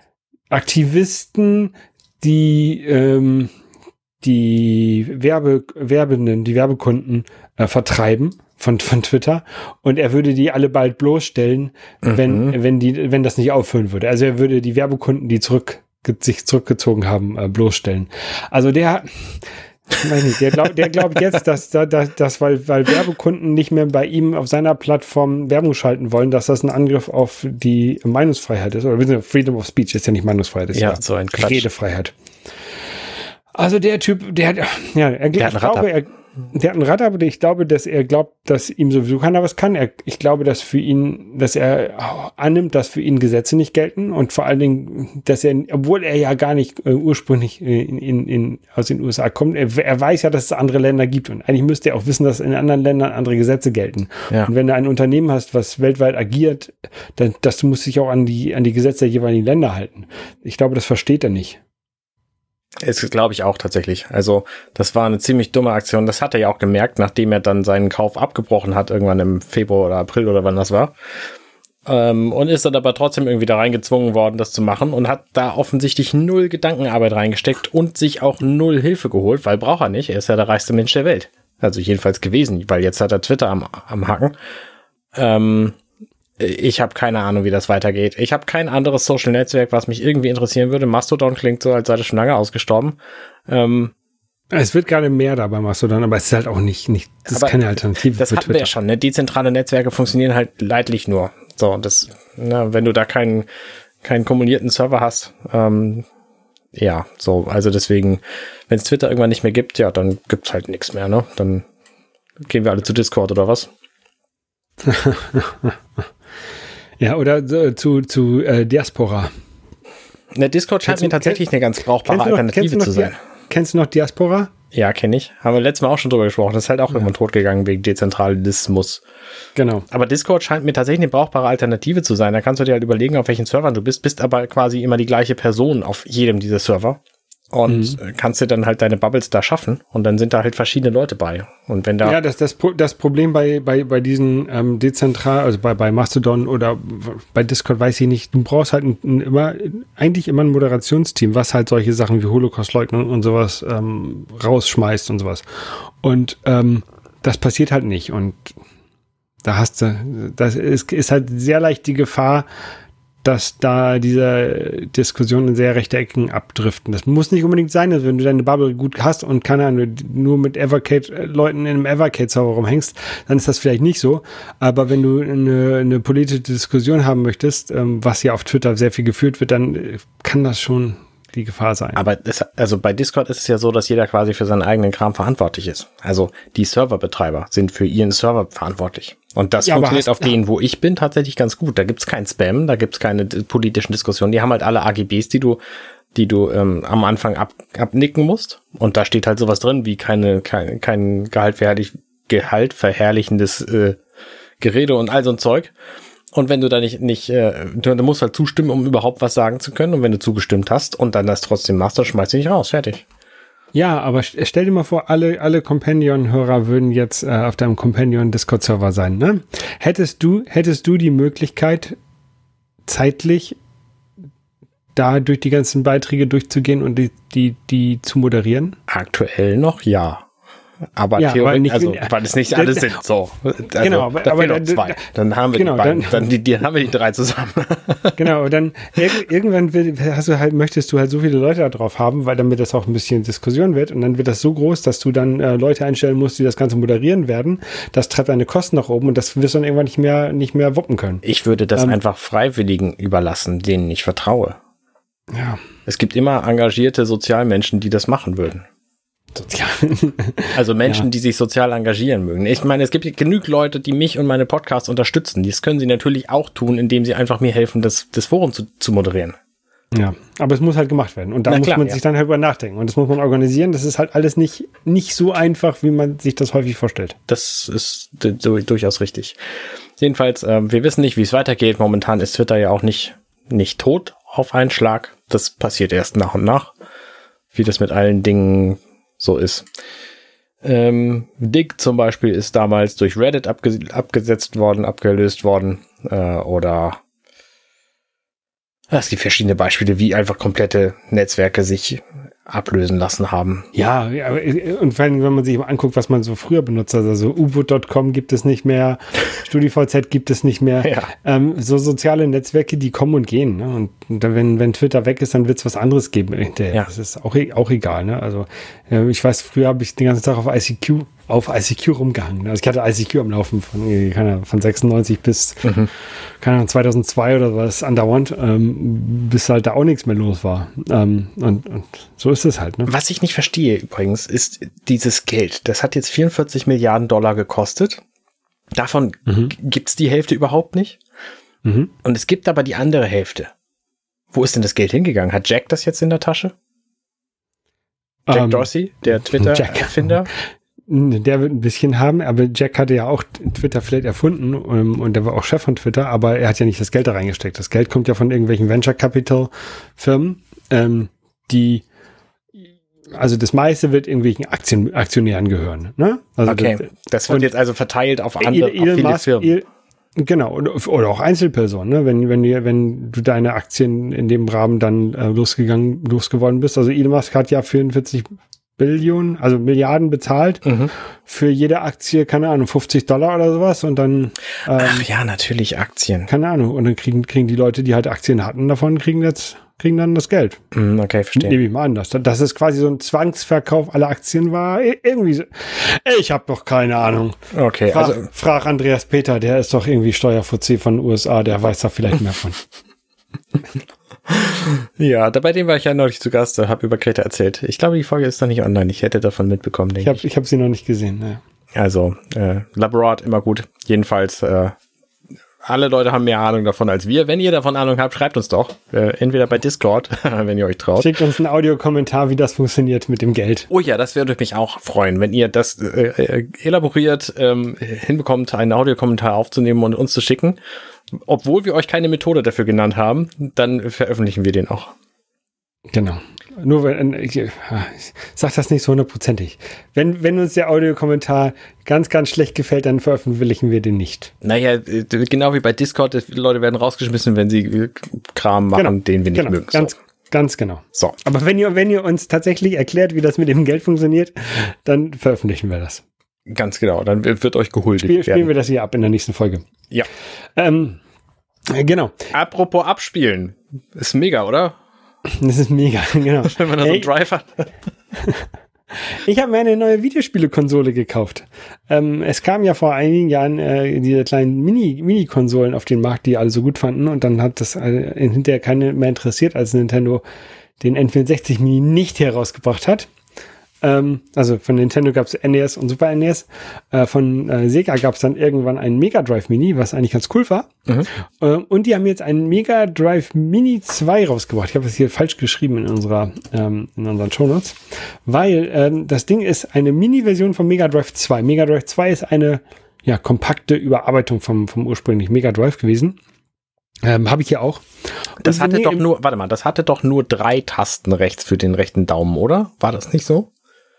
Aktivisten, die ähm, die Werbe, Werbenden, die Werbekunden äh, vertreiben von, von Twitter, und er würde die alle bald bloßstellen, mhm. wenn, wenn die, wenn das nicht aufhören würde. Also er würde die Werbekunden, die zurück, sich zurückgezogen haben, äh, bloßstellen. Also der Ich meine nicht, der glaubt der glaubt jetzt, dass, dass, dass weil, weil Werbekunden nicht mehr bei ihm auf seiner Plattform Werbung schalten wollen, dass das ein Angriff auf die Meinungsfreiheit ist. Oder Freedom of Speech ist ja nicht Meinungsfreiheit, ist ja, ja so ein Quatsch. Redefreiheit. Also der Typ, der hat, ja, er, der ich glaube, er, der hat ein Rad, aber ich glaube, dass er glaubt, dass ihm sowieso keiner was kann. Er, ich glaube, dass für ihn, dass er annimmt, dass für ihn Gesetze nicht gelten, und vor allen Dingen, dass er, obwohl er ja gar nicht äh, ursprünglich in, in, in, aus den U S A kommt, er, er weiß ja, dass es andere Länder gibt, und eigentlich müsste er auch wissen, dass in anderen Ländern andere Gesetze gelten. Ja. Und wenn du ein Unternehmen hast, was weltweit agiert, dann, dass du musst dich auch an die, an die Gesetze der jeweiligen Länder halten. Ich glaube, das versteht er nicht. Es glaube ich auch tatsächlich. Also das war eine ziemlich dumme Aktion. Das hat er ja auch gemerkt, nachdem er dann seinen Kauf abgebrochen hat, irgendwann im Februar oder April oder wann das war. Ähm, und ist dann aber trotzdem irgendwie da reingezwungen worden, das zu machen, und hat da offensichtlich null Gedankenarbeit reingesteckt und sich auch null Hilfe geholt, weil braucht er nicht. Er ist ja der reichste Mensch der Welt. Also jedenfalls gewesen, weil jetzt hat er Twitter am, am Haken. Ähm, Ich habe keine Ahnung, wie das weitergeht. Ich habe kein anderes Social-Netzwerk, was mich irgendwie interessieren würde. Mastodon klingt so, als sei das schon lange ausgestorben. Ähm, es wird gerade mehr da bei Mastodon, aber es ist halt auch nicht, nicht das ist keine Alternative. Das hatten wir ja schon, ne? Dezentrale Netzwerke funktionieren halt leidlich nur. So, das, na, wenn du da keinen, keinen kumulierten Server hast, ähm, ja, so, also deswegen, wenn es Twitter irgendwann nicht mehr gibt, ja, dann gibt's halt nichts mehr, ne? Dann gehen wir alle zu Discord oder was? Ja, oder äh, zu, zu äh, Diaspora. Der Discord scheint mir tatsächlich kenn, eine ganz brauchbare noch, Alternative zu sein. Die, kennst du noch Diaspora? Ja, kenne ich. Haben wir letztes Mal auch schon drüber gesprochen. Das ist halt auch ja. irgendwann totgegangen wegen Dezentralismus. Genau. Aber Discord scheint mir tatsächlich eine brauchbare Alternative zu sein. Da kannst du dir halt überlegen, auf welchen Servern du bist, bist aber quasi immer die gleiche Person auf jedem dieser Server. Und mhm. kannst dir dann halt deine Bubbles da schaffen, und dann sind da halt verschiedene Leute bei. Und wenn da ja, das das das Problem bei bei bei diesen ähm, dezentral, also bei bei Mastodon oder bei Discord, weiß ich nicht. Du brauchst halt ein, ein, immer eigentlich immer ein Moderationsteam, was halt solche Sachen wie Holocaust-Leugnung und sowas ähm, rausschmeißt und sowas. Und ähm, das passiert halt nicht. Und da hast du, das ist, ist halt sehr leicht die Gefahr, dass da diese Diskussionen in sehr rechte Ecken abdriften. Das muss nicht unbedingt sein, also wenn du deine Bubble gut hast und keine Ahnung, nur mit Evercade-Leuten in einem Evercade-Server rumhängst, dann ist das vielleicht nicht so. Aber wenn du eine, eine politische Diskussion haben möchtest, ähm, was ja auf Twitter sehr viel geführt wird, dann kann das schon die Gefahr sein. Aber das, also bei Discord ist es ja so, dass jeder quasi für seinen eigenen Kram verantwortlich ist. Also die Serverbetreiber sind für ihren Server verantwortlich. Und das ja, funktioniert hast, auf denen, wo ich bin, tatsächlich ganz gut. Da gibt's kein Spam, da gibt's keine politischen Diskussionen. Die haben halt alle A G Bs, die du die du ähm, am Anfang ab, abnicken musst. Und da steht halt sowas drin, wie keine, kein, kein Gehalt, verherrlich, Gehalt verherrlichendes äh, Gerede und all so ein Zeug. Und wenn du da nicht, nicht äh, du, du musst halt zustimmen, um überhaupt was sagen zu können. Und wenn du zugestimmt hast und dann das trotzdem machst, dann schmeißt du dich raus. Fertig. Ja, aber stell dir mal vor, alle, alle Companion-Hörer würden jetzt äh, auf deinem Companion-Discord-Server sein, ne? Hättest du, hättest du die Möglichkeit, zeitlich da durch die ganzen Beiträge durchzugehen und die, die, die zu moderieren? Aktuell noch, ja. Aber ja, theoretisch, also, weil es nicht alle sind, so. Also, genau, aber, da aber fehlen noch zwei. Dann haben wir genau, die beiden, dann, dann, die, die haben wir die drei zusammen. Genau, dann irg- irgendwann will, hast du halt, möchtest du halt so viele Leute da drauf haben, weil damit das auch ein bisschen Diskussion wird und dann wird das so groß, dass du dann äh, Leute einstellen musst, die das Ganze moderieren werden. Das treibt deine Kosten nach oben und das wirst du dann irgendwann nicht mehr, nicht mehr wuppen können. Ich würde das ähm, einfach Freiwilligen überlassen, denen ich vertraue. Ja. Es gibt immer engagierte Sozialmenschen, die das machen würden. Sozial. Also Menschen, Ja. die sich sozial engagieren mögen. Ich meine, es gibt genug Leute, die mich und meine Podcasts unterstützen. Das können sie natürlich auch tun, indem sie einfach mir helfen, das, das Forum zu, zu moderieren. Ja, aber es muss halt gemacht werden. Und da Na muss klar, man ja. sich dann halt über nachdenken. Und das muss man organisieren. Das ist halt alles nicht, nicht so einfach, wie man sich das häufig vorstellt. Das ist d- d- durchaus richtig. Jedenfalls, äh, wir wissen nicht, wie es weitergeht. Momentan ist Twitter ja auch nicht, nicht tot auf einen Schlag. Das passiert erst nach und nach, wie das mit allen Dingen so ist. Ähm, Dig zum Beispiel ist damals durch Reddit abge- abgesetzt worden, abgelöst worden. Äh, oder es gibt verschiedene Beispiele, wie einfach komplette Netzwerke sich ablösen lassen haben. Ja, ja, und vor allem, wenn man sich mal anguckt, was man so früher benutzt hat, also U boot Punkt com gibt es nicht mehr, StudiVZ gibt es nicht mehr. Ja. Ähm, so soziale Netzwerke, die kommen und gehen. Ne? Und dann, wenn, wenn Twitter weg ist, dann wird es was anderes geben hinterher. Ja. Das ist auch, e- auch egal. Ne? Also äh, ich weiß, früher habe ich den ganzen Tag auf I C Q auf I C Q rumgehangen. Also ich hatte I C Q am Laufen von, äh, keine Ahnung, von sechsundneunzig bis Mhm. keine Ahnung, zweitausendzwei oder was andauernd, ähm, bis halt da auch nichts mehr los war. Ähm, und, und so ist es halt. Ne? Was ich nicht verstehe übrigens, ist dieses Geld. Das hat jetzt vierundvierzig Milliarden Dollar gekostet. Davon Mhm. g- gibt's die Hälfte überhaupt nicht. Mhm. Und es gibt aber die andere Hälfte. Wo ist denn das Geld hingegangen? Hat Jack das jetzt in der Tasche? Jack Ähm, Dorsey, der Jack. Twitter-Erfinder? Der wird ein bisschen haben, aber Jack hatte ja auch Twitter vielleicht erfunden ähm, und der war auch Chef von Twitter, aber er hat ja nicht das Geld da reingesteckt. Das Geld kommt ja von irgendwelchen Venture Capital Firmen, ähm, die, also das meiste wird irgendwelchen Aktien, Aktionären gehören. Ne? Also Okay, das, das wird und jetzt also verteilt auf andere, Elon auf viele Musk, Firmen. El- Genau, oder, oder auch Einzelpersonen, ne? wenn, wenn, du, wenn du deine Aktien in dem Rahmen dann äh, losgegangen, losgeworden bist. Also Elon Musk hat ja vierundvierzig Billionen, also Milliarden bezahlt Mhm. für jede Aktie, keine Ahnung, fünfzig Dollar oder sowas und dann, ähm, Ach ja, natürlich Aktien. keine Ahnung, und dann kriegen, kriegen die Leute, die halt Aktien hatten davon, kriegen jetzt, kriegen dann das Geld. Mhm, okay, verstehe. Nehme ich mal an, dass, dass es quasi so ein Zwangsverkauf aller Aktien war. I- Irgendwie so. Ich habe doch keine Ahnung. Okay, Frag, also frag Andreas Peter, der ist doch irgendwie Steuerfuzzi von den U S A, der weiß da vielleicht mehr von. ja, da, bei dem war ich ja neulich zu Gast, habe über Greta erzählt. Ich glaube, die Folge ist noch nicht online. Ich hätte davon mitbekommen, Ich denke habe ich. ich hab sie noch nicht gesehen. Ne. Also, äh, Labrador immer gut. Jedenfalls, äh, alle Leute haben mehr Ahnung davon als wir. Wenn ihr davon Ahnung habt, schreibt uns doch. Äh, entweder bei Discord, wenn ihr euch traut. Schickt uns einen Audiokommentar, wie das funktioniert mit dem Geld. Oh ja, das würde mich auch freuen, wenn ihr das äh, äh, elaboriert ähm, hinbekommt, einen Audiokommentar aufzunehmen und uns zu schicken. Obwohl wir euch keine Methode dafür genannt haben, dann veröffentlichen wir den auch. Genau. Nur wenn, ich, ich sag das nicht so hundertprozentig. Wenn, wenn uns der Audiokommentar ganz, ganz schlecht gefällt, dann veröffentlichen wir den nicht. Naja, äh, genau wie bei Discord, die Leute werden rausgeschmissen, wenn sie äh, Kram machen, Genau. den wir nicht Genau. mögen. Ganz, So. ganz genau. so. Aber wenn ihr, wenn ihr uns tatsächlich erklärt, wie das mit dem Geld funktioniert, dann veröffentlichen wir das. Ganz genau, dann wird, wird euch gehuldigt Spiel, spielen werden. wir das hier ab in der nächsten Folge. Ja. Ähm, genau. Apropos abspielen. Ist mega, oder? Das ist mega. Genau. Wenn man da so Hey, einen Drive hat. ich habe mir eine neue Videospielekonsole gekauft. Ähm, es kam ja vor einigen Jahren äh, diese kleinen Mini, Mini-Konsolen auf den Markt, die alle so gut fanden. Und dann hat das äh, hinterher keine mehr interessiert, als Nintendo den N vierundsechzig Mini nicht herausgebracht hat. Ähm, also von Nintendo gab es N E S und Super N E S. Äh, von äh, Sega gab es dann irgendwann einen Mega Drive Mini, was eigentlich ganz cool war. Mhm. Äh, und die haben jetzt einen Mega Drive Mini zwei rausgebracht. Ich habe das hier falsch geschrieben in unserer ähm, in unseren Shownotes. Weil ähm, das Ding ist eine Mini-Version von Mega Drive zwei. Mega Drive zwei ist eine ja, kompakte Überarbeitung vom, vom ursprünglichen Mega Drive gewesen. Ähm, habe ich hier auch. Das und hatte nee, doch nur, warte mal, das hatte doch nur drei Tasten rechts für den rechten Daumen, oder? War das nicht so?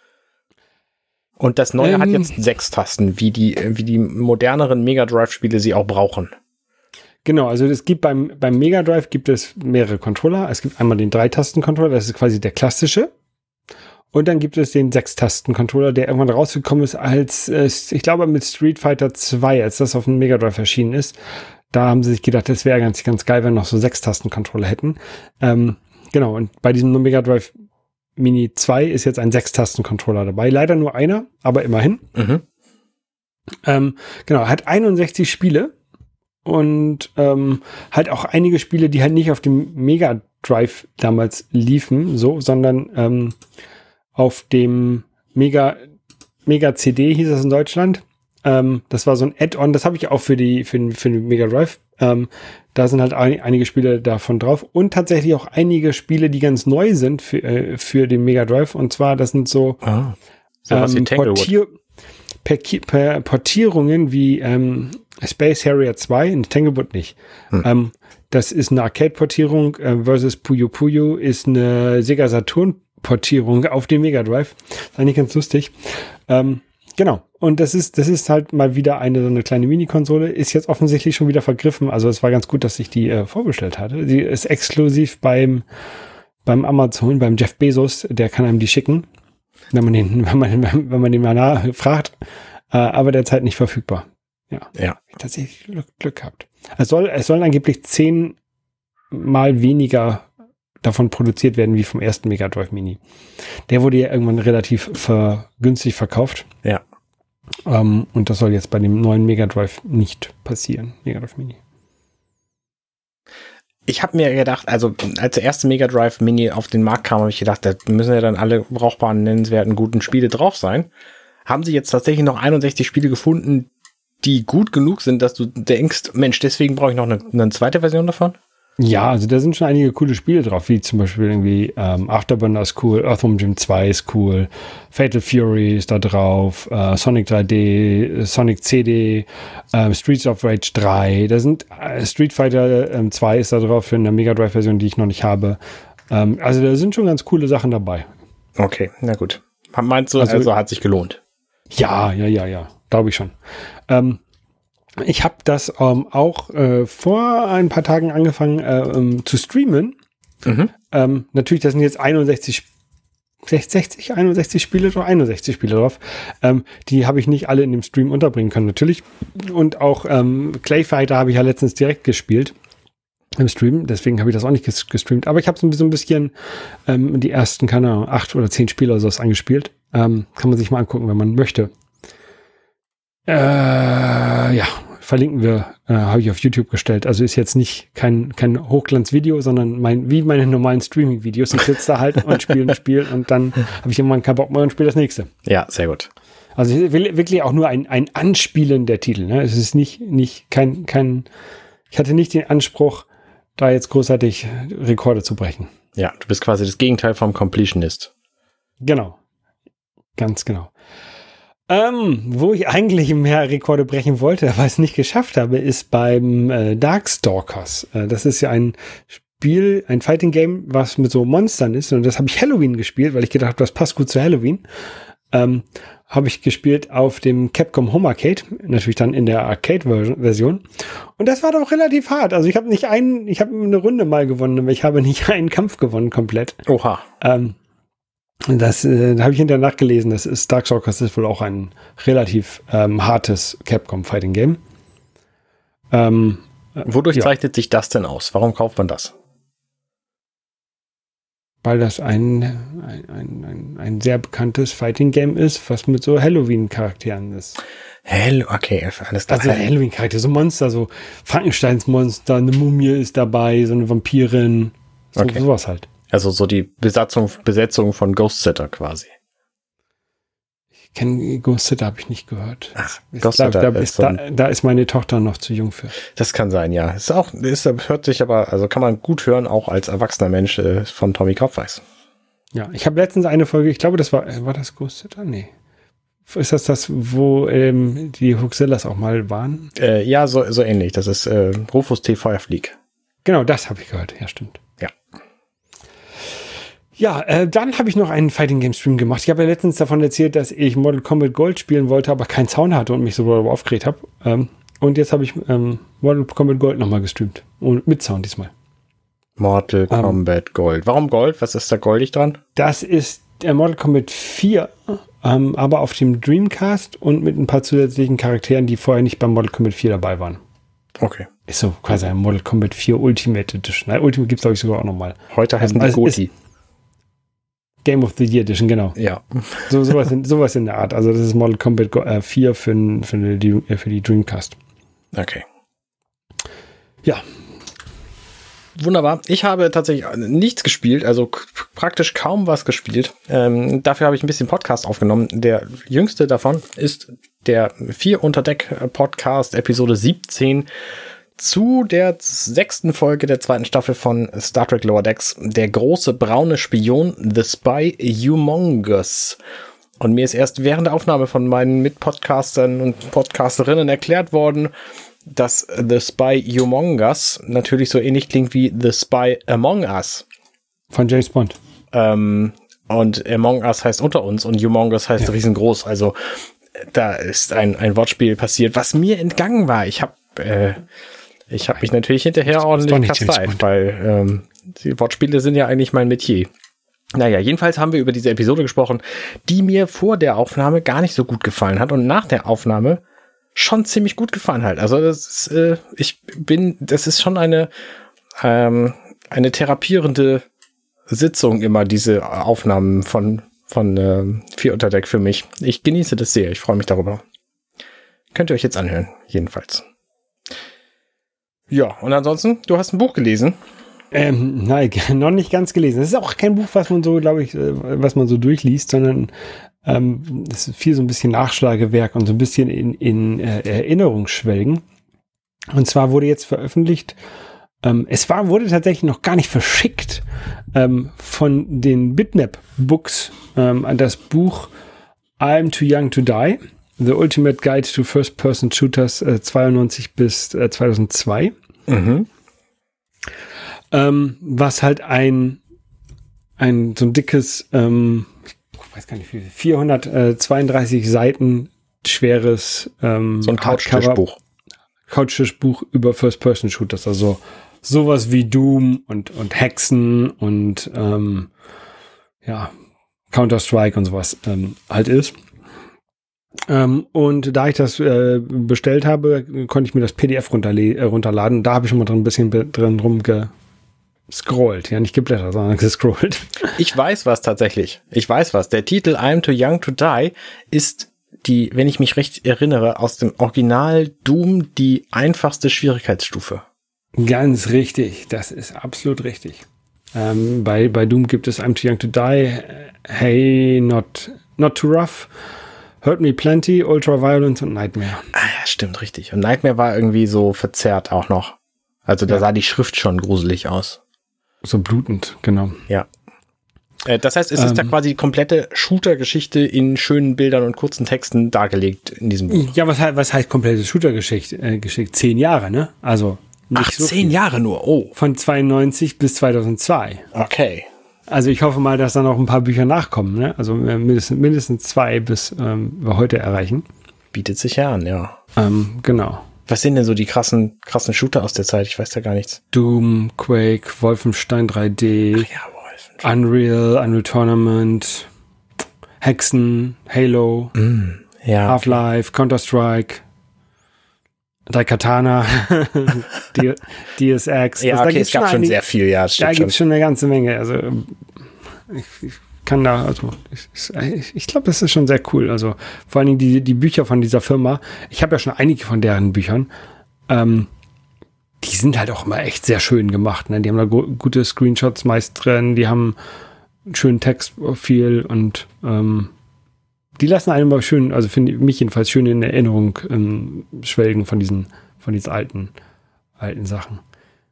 Und das neue ähm, hat jetzt sechs Tasten, wie die, wie die moderneren Mega Drive-Spiele sie auch brauchen. Genau, also es gibt beim, beim Mega Drive gibt es mehrere Controller. Es gibt einmal den Drei-Tasten-Controller, das ist quasi der klassische. Und dann gibt es den Sechs-Tasten-Controller, der irgendwann rausgekommen ist als, äh, ich glaube mit Street Fighter zwei, als das auf dem Mega Drive erschienen ist. Da haben sie sich gedacht, das wäre ganz, ganz geil, wenn wir noch so Sechs-Tasten-Controller hätten. Ähm, genau, und bei diesem Mega Drive Mini zwei ist jetzt ein Sechs-Tasten-Controller dabei. Leider nur einer, aber immerhin. Mhm. Ähm, genau, hat einundsechzig Spiele und ähm, halt auch einige Spiele, die halt nicht auf dem Mega Drive damals liefen, so, sondern ähm, auf dem Mega, Mega C D hieß es in Deutschland. Ähm, das war so ein Add-on, das habe ich auch für die für den, für den Mega Drive. Ähm, da sind halt ein, einige Spiele davon drauf und tatsächlich auch einige Spiele, die ganz neu sind für, äh, für den Mega Drive. Und zwar, das sind so, ah, so ähm, was wie Portier, per, per Portierungen wie ähm, Space Harrier zwei, in Tanglewood nicht. Hm. Ähm, das ist eine Arcade-Portierung äh, versus Puyo Puyo ist eine Sega Saturn-Portierung auf dem Mega Drive. Das ist eigentlich ganz lustig. Ähm, Genau. Und das ist, das ist halt mal wieder eine so eine kleine Mini-Konsole, ist jetzt offensichtlich schon wieder vergriffen. Also es war ganz gut, dass ich die äh, vorbestellt hatte. Die ist exklusiv beim, beim Amazon, beim Jeff Bezos, der kann einem die schicken, wenn man den, wenn man, wenn man den mal nachfragt. Äh, aber derzeit nicht verfügbar. Ja. Ja. Tatsächlich Glück, Glück gehabt. Es soll, es sollen angeblich zehnmal weniger davon produziert werden wie vom ersten Mega Drive Mini. Der wurde ja irgendwann relativ ver, günstig verkauft. Ja. Um, und das soll jetzt bei dem neuen Mega Drive nicht passieren. Mega Drive Mini. Ich habe mir gedacht, also als der erste Mega Drive Mini auf den Markt kam, habe ich gedacht, da müssen ja dann alle brauchbaren, nennenswerten, guten Spiele drauf sein. Haben sie jetzt tatsächlich noch einundsechzig Spiele gefunden, die gut genug sind, dass du denkst, Mensch, deswegen brauche ich noch eine, eine zweite Version davon? Ja, also da sind schon einige coole Spiele drauf, wie zum Beispiel irgendwie ähm, Afterburner ist cool, Earthworm Jim zwei ist cool, Fatal Fury ist da drauf, äh, Sonic drei D, Sonic C D, äh, Streets of Rage drei, da sind äh, Street Fighter ähm, zwei ist da drauf für eine Mega Drive Version, die ich noch nicht habe. Ähm, also da sind schon ganz coole Sachen dabei. Okay, na gut. Meinst du, also, also hat sich gelohnt? Ja, ja, ja, ja, glaube ich schon. Ähm, Ich habe das ähm, auch äh, vor ein paar Tagen angefangen äh, ähm, zu streamen. Mhm. Ähm, natürlich, das sind jetzt einundsechzig, sechzig, einundsechzig Spiele drauf, einundsechzig Spiele drauf. Ähm, die habe ich nicht alle in dem Stream unterbringen können, natürlich. Und auch ähm, Clay Fighter habe ich ja letztens direkt gespielt im Stream. Deswegen habe ich das auch nicht ges- gestreamt. Aber ich habe so ein bisschen ähm, die ersten, keine Ahnung, acht oder zehn Spiele oder so angespielt. Ähm, kann man sich mal angucken, wenn man möchte. Äh, ja, verlinken wir, äh, habe ich auf YouTube gestellt. Also ist jetzt nicht kein, kein Hochglanzvideo, sondern mein, wie meine normalen Streaming-Videos. Ich sitze da halt und spiele ein Spiel und dann habe ich irgendwann keinen Bock mehr und spiele das nächste. Ja, sehr gut. Also ich will wirklich auch nur ein, ein Anspielen der Titel. Ne? Es ist nicht, nicht kein, kein, ich hatte nicht den Anspruch, da jetzt großartig Rekorde zu brechen. Ja, du bist quasi das Gegenteil vom Completionist. Genau. Ganz genau. Ähm, wo ich eigentlich mehr Rekorde brechen wollte, aber es nicht geschafft habe, ist beim äh, Darkstalkers. Äh, das ist ja ein Spiel, ein Fighting Game, was mit so Monstern ist. Und das habe ich Halloween gespielt, weil ich gedacht habe, das passt gut zu Halloween. Ähm, habe ich gespielt auf dem Capcom Home Arcade, natürlich dann in der Arcade-Version. Und das war doch relativ hart. Also ich habe nicht einen, ich habe eine Runde mal gewonnen, aber ich habe nicht einen Kampf gewonnen komplett. Oha. Ähm, Das äh, da habe ich hinterher nachgelesen, das ist Darkstalkers ist wohl auch ein relativ ähm, hartes Capcom-Fighting-Game. Ähm, Wodurch ja. zeichnet sich das denn aus? Warum kauft man das? Weil das ein, ein, ein, ein, ein sehr bekanntes Fighting-Game ist, was mit so Halloween-Charakteren ist. Hell, okay, alles klar. Also Halloween-Charakter, so Monster, so Frankensteins Monster, eine Mumie ist dabei, so eine Vampirin, so, okay. sowas halt. Also so die Besatzung, Besetzung von Ghost Sitter quasi. Ich kenne Ghosted, habe ich nicht gehört. Ach, Ghosted, da, da, ist, so da, da ist meine Tochter noch zu jung für. Das kann sein, ja. Ist auch, ist, hört sich aber, also kann man gut hören, auch als erwachsener Mensch äh, von Tommy Kopfweiß. Ja, ich habe letztens eine Folge, ich glaube, das war, war das Ghosted? Ah, nee. Ist das das, wo ähm, die Hoaxillas auch mal waren? Äh, ja, so, so ähnlich. Das ist äh, Rufus T. Feuerflieg. Genau, das habe ich gehört. Ja, stimmt. Ja. Ja, äh, dann habe ich noch einen Fighting Game Stream gemacht. Ich habe ja letztens davon erzählt, dass ich Mortal Kombat Gold spielen wollte, aber keinen Sound hatte und mich so darüber aufgeregt habe. Ähm, und jetzt habe ich ähm, Mortal Kombat Gold nochmal gestreamt. Und mit Sound diesmal. Mortal ähm, Kombat Gold. Warum Gold? Was ist da goldig dran? Das ist der Mortal Kombat vier, ähm, aber auf dem Dreamcast und mit ein paar zusätzlichen Charakteren, die vorher nicht beim Mortal Kombat vier dabei waren. Okay. Ist so quasi ein Mortal Kombat vier Ultimate Edition. Nein, Ultimate gibt es, glaube ich, sogar auch nochmal. Heute heißen ähm, also die Goti. Game of the Year Edition, genau. Ja. So, sowas, in, sowas in der Art. Also das ist Mortal Kombat äh, vier für, für, die, für die Dreamcast. Okay. Ja. Wunderbar. Ich habe tatsächlich nichts gespielt, also k- praktisch kaum was gespielt. Ähm, dafür habe ich ein bisschen Podcast aufgenommen. Der jüngste davon ist der vier Unter Deck Podcast, Episode siebzehn, zu der sechsten Folge der zweiten Staffel von Star Trek Lower Decks, der große braune Spion, The Spy Humongous. Und mir ist erst während der Aufnahme von meinen Mitpodcastern und Podcasterinnen erklärt worden, dass The Spy Humongous natürlich so ähnlich klingt wie The Spy Among Us. Von James Bond. Ähm, und Among Us heißt unter uns und Humongous heißt ja. riesengroß. Also da ist ein, ein Wortspiel passiert, was mir entgangen war. Ich habe äh, ich hab mich natürlich hinterher ordentlich kasteit, weil ähm, die Wortspiele sind ja eigentlich mein Metier. Naja, jedenfalls haben wir über diese Episode gesprochen, die mir vor der Aufnahme gar nicht so gut gefallen hat und nach der Aufnahme schon ziemlich gut gefallen halt. Also das ist, äh, ich bin, das ist schon eine ähm, eine therapierende Sitzung immer, diese Aufnahmen von von ähm, vier Unter Deck für mich. Ich genieße das sehr, ich freue mich darüber. Könnt ihr euch jetzt anhören, jedenfalls. Ja, und ansonsten, du hast ein Buch gelesen. Ähm, nein, noch nicht ganz gelesen. Das ist auch kein Buch, was man so, glaube ich, was man so durchliest, sondern ähm, das ist viel so ein bisschen Nachschlagewerk und so ein bisschen in, in äh, Erinnerung schwelgen. Und zwar wurde jetzt veröffentlicht, ähm, es war, wurde tatsächlich noch gar nicht verschickt, ähm, von den Bitmap Books, ähm, das Buch I'm Too Young to Die, The Ultimate Guide to First-Person Shooters äh, zweiundneunzig bis äh, zweitausendzwei. Mhm. Ähm, was halt ein, ein so ein dickes, ähm, ich weiß gar nicht wie viel, vierhundertzweiunddreißig Seiten schweres ähm, so ein Couchtischbuch. Couchtischbuch über First-Person-Shooters, also sowas wie Doom und, und Hexen und ähm, ja, Counter-Strike und sowas ähm, halt ist. Ähm, und da ich das äh, bestellt habe, konnte ich mir das P D F runterle- äh, runterladen. Da habe ich schon mal drin ein bisschen be- drin rumgescrollt. Ja, nicht geblättert, sondern gescrollt. Ich weiß was tatsächlich. Ich weiß was. Der Titel I'm Too Young to Die ist die, wenn ich mich recht erinnere, aus dem Original Doom die einfachste Schwierigkeitsstufe. Ganz richtig. Das ist absolut richtig. Ähm, bei, bei Doom gibt es I'm Too Young to Die, Hey, Not, not Too Rough, Hurt Me Plenty, Ultraviolence und Nightmare. Ah ja, stimmt, richtig. Und Nightmare war irgendwie so verzerrt auch noch. Also da ja. sah die Schrift schon gruselig aus. So blutend, genau. Ja. Äh, das heißt, es ist ähm, da quasi die komplette Shooter-Geschichte in schönen Bildern und kurzen Texten dargelegt in diesem Buch. Ja, was, was heißt komplette Shooter-Geschichte? Äh, Geschichte? Zehn Jahre, ne? Also nicht Ach, so zehn viel. Jahre nur, oh. Von zweiundneunzig bis zweitausendzwei. Okay. Also ich hoffe mal, dass da noch ein paar Bücher nachkommen, ne? Also mindestens, mindestens zwei, bis ähm, wir heute erreichen. Bietet sich ja an, ja. Ähm, genau. Was sind denn so die krassen, krassen Shooter aus der Zeit? Ich weiß da gar nichts. Doom, Quake, Wolfenstein drei D, Ach ja, Wolfenstein. Unreal, Unreal Tournament, Hexen, Halo, mm, ja. Half-Life, Counter-Strike, Daikatana, D- D S X. Ja, also, okay, es gab schon sehr viel, ja. Da gibt es schon eine ganze Menge. Also ich, ich kann da, also ich, ich, ich glaube, das ist schon sehr cool. Also vor allen Dingen die, die Bücher von dieser Firma. Ich habe ja schon einige von deren Büchern. Ähm, die sind halt auch immer echt sehr schön gemacht. Ne? Die haben da go- gute Screenshots meist drin. Die haben einen schönen Text viel und ähm, die lassen einen mal schön, also finde ich mich jedenfalls schön in Erinnerung ähm, schwelgen von diesen, von diesen alten, alten Sachen.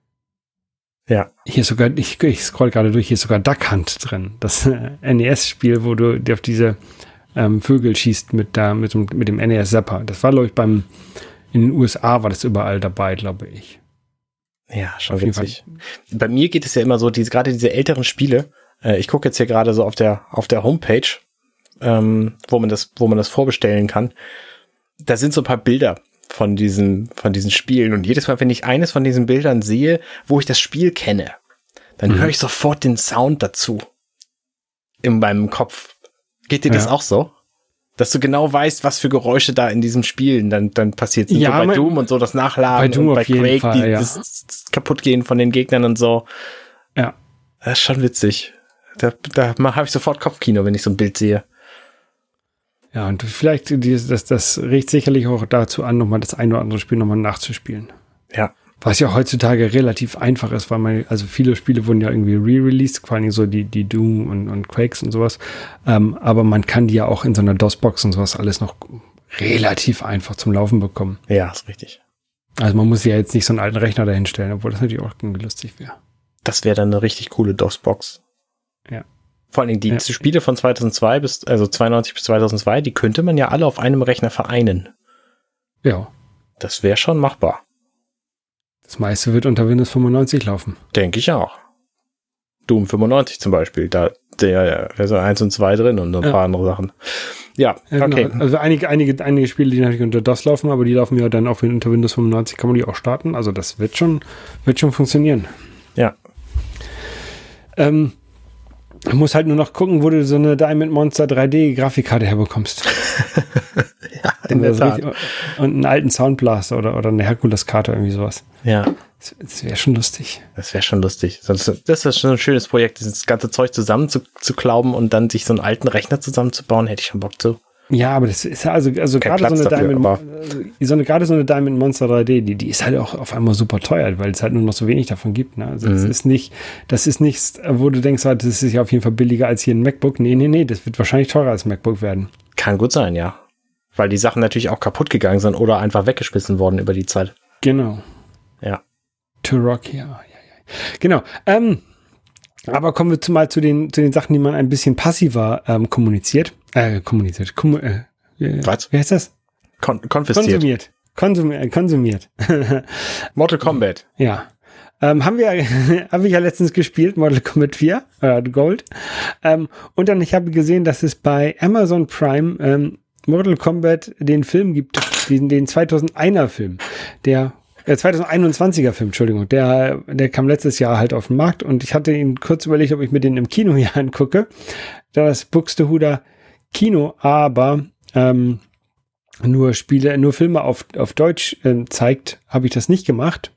Ja. Hier ist sogar, ich, ich scroll gerade durch, hier ist sogar Duck Hunt drin. Das äh, N E S-Spiel, wo du dir auf diese ähm, Vögel schießt mit, da, mit, dem, mit dem N E S-Zapper. Das war, glaube ich, beim, in den U S A war das überall dabei, glaube ich. Ja, schon witzig. Bei mir geht es ja immer so, diese, gerade diese älteren Spiele, äh, ich gucke jetzt hier gerade so auf der, auf der Homepage, ähm, wo man das, wo man das vorbestellen kann. Da sind so ein paar Bilder von diesen, von diesen Spielen. Und jedes Mal, wenn ich eines von diesen Bildern sehe, wo ich das Spiel kenne, dann mhm. höre ich sofort den Sound dazu. In meinem Kopf. Geht dir ja. das auch so? Dass du genau weißt, was für Geräusche da in diesem Spiel dann, dann passiert sind. Ja, so bei Doom und so das Nachladen bei Doom und bei Quake, Fall, die, ja. das, das Kaputtgehen von den Gegnern und so. Ja. Das ist schon witzig. Da, da habe ich sofort Kopfkino, wenn ich so ein Bild sehe. Ja, und vielleicht, das, das regt sicherlich auch dazu an, nochmal das ein oder andere Spiel nochmal nachzuspielen. Ja. Was ja heutzutage relativ einfach ist, weil man, also viele Spiele wurden ja irgendwie re-released, vor allem so die, die Doom und, und Quakes und sowas. Ähm, aber man kann die ja auch in so einer DOS-Box und sowas alles noch relativ einfach zum Laufen bekommen. Ja, ist richtig. Also man muss ja jetzt nicht so einen alten Rechner dahin stellen, obwohl das natürlich auch irgendwie lustig wäre. Das wäre dann eine richtig coole DOS-Box. Ja. Vor allen Dingen die ja. Spiele von zweitausendzwei bis, also zweiundneunzig bis zweitausendzwei, die könnte man ja alle auf einem Rechner vereinen. Ja. Das wäre schon machbar. Das meiste wird unter Windows fünfundneunzig laufen. Denke ich auch. Doom fünfundneunzig zum Beispiel, da der also eins und zwei drin und ein ja. paar andere Sachen. Ja, ja okay. Genau. Also einige, einige, einige Spiele, die natürlich unter DOS laufen, aber die laufen ja dann auch unter Windows fünfundneunzig, kann man die auch starten. Also das wird schon, wird schon funktionieren. Ja. Ähm, du musst halt nur noch gucken, wo du so eine Diamond Monster drei D Grafikkarte herbekommst. Ja, in der Tat. Richtig, und einen alten Soundblaster oder, oder eine Herkules-Karte, irgendwie sowas. Ja. Das, das wäre schon lustig. Das wäre schon lustig. Das ist schon ein schönes Projekt, dieses ganze Zeug zusammen zu, zu klauben und dann sich so einen alten Rechner zusammenzubauen, hätte ich schon Bock zu. Ja, aber das ist ja also, also gerade so eine dafür, Diamond, so eine, gerade so eine Diamond Monster drei D, die, die ist halt auch auf einmal super teuer, weil es halt nur noch so wenig davon gibt. Ne? Also mhm. das ist nicht, das ist nichts, wo du denkst, das ist ja auf jeden Fall billiger als hier ein MacBook. Nee, nee, nee, das wird wahrscheinlich teurer als ein MacBook werden. Kann gut sein, ja. Weil die Sachen natürlich auch kaputt gegangen sind oder einfach weggeschmissen worden über die Zeit. Genau. Ja. Turok, ja, ja, ja. Genau. Ähm, aber kommen wir zu, mal zu den, zu den Sachen, die man ein bisschen passiver ähm, kommuniziert. Äh, kommuniziert. Kom äh, Was? Wie heißt das? Kon konfisziert. Konsumiert. Konsumiert. konsumiert. Mortal Kombat. Ja. Ähm, haben wir, habe ich ja letztens gespielt, Mortal Kombat vier, äh, Gold. Ähm, und dann, ich habe gesehen, dass es bei Amazon Prime ähm, Mortal Kombat den Film gibt, den, den zweitausendeiner Film, der äh, zweitausendeinundzwanziger Film, Entschuldigung, der, der kam letztes Jahr halt auf den Markt und ich hatte ihn kurz überlegt, ob ich mir den im Kino hier angucke. Da das Buxtehuder Kino aber ähm, nur Spiele, nur Filme auf, auf Deutsch äh, zeigt, habe ich das nicht gemacht.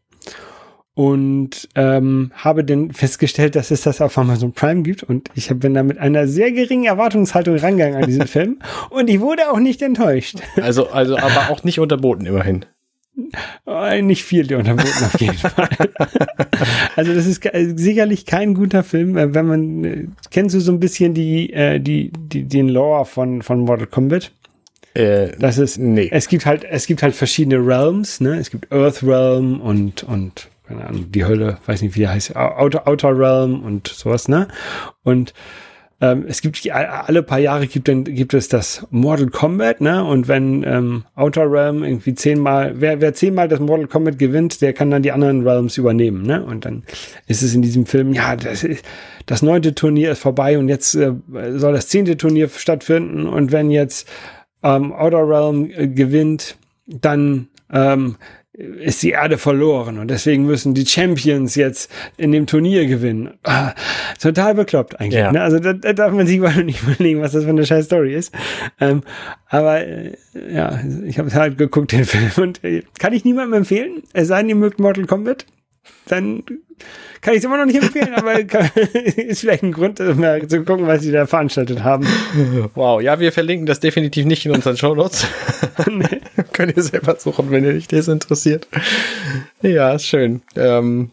Und ähm, habe dann festgestellt, dass es das auf Amazon Prime gibt. Und ich bin da mit einer sehr geringen Erwartungshaltung rangegangen an diesen Film. Und ich wurde auch nicht enttäuscht. Also, also aber auch nicht unterboten, immerhin. Äh, nicht viel der unterboten auf jeden Fall. Also das ist äh, sicherlich kein guter Film. Äh, wenn man, äh, kennst du so ein bisschen die, äh, die, die, den Lore von, von Mortal Kombat? Äh, das ist, nee. Es gibt halt, es gibt halt verschiedene Realms, ne? Es gibt Earth Realm und, und, keine Ahnung, die Hölle, weiß nicht, wie der heißt, Outer, Outer Realm und sowas, ne? Und ähm, es gibt, alle paar Jahre gibt, dann, gibt es das Mortal Kombat, ne? Und wenn ähm, Outer Realm irgendwie zehnmal, wer, wer zehnmal das Mortal Kombat gewinnt, der kann dann die anderen Realms übernehmen, ne? Und dann ist es in diesem Film, ja, das ist, das neunte Turnier ist vorbei und jetzt äh, soll das zehnte Turnier stattfinden und wenn jetzt ähm, Outer Realm äh, gewinnt, dann ähm, ist die Erde verloren und deswegen müssen die Champions jetzt in dem Turnier gewinnen. Ah, total bekloppt eigentlich. Ja. Ne? Also da, da darf man sich überhaupt nicht überlegen, was das für eine scheiß Story ist. Ähm, aber äh, ja, ich habe halt geguckt, den Film, und äh, kann ich niemandem empfehlen. Es sei denn, ihr mögt Mortal Kombat, dann kann ich es immer noch nicht empfehlen, aber kann, ist vielleicht ein Grund, mal zu gucken, was sie da veranstaltet haben. Wow, ja, wir verlinken das definitiv nicht in unseren Shownotes. Nee. Könnt ihr selber suchen, wenn ihr euch das interessiert. Ja, ist schön. Ähm,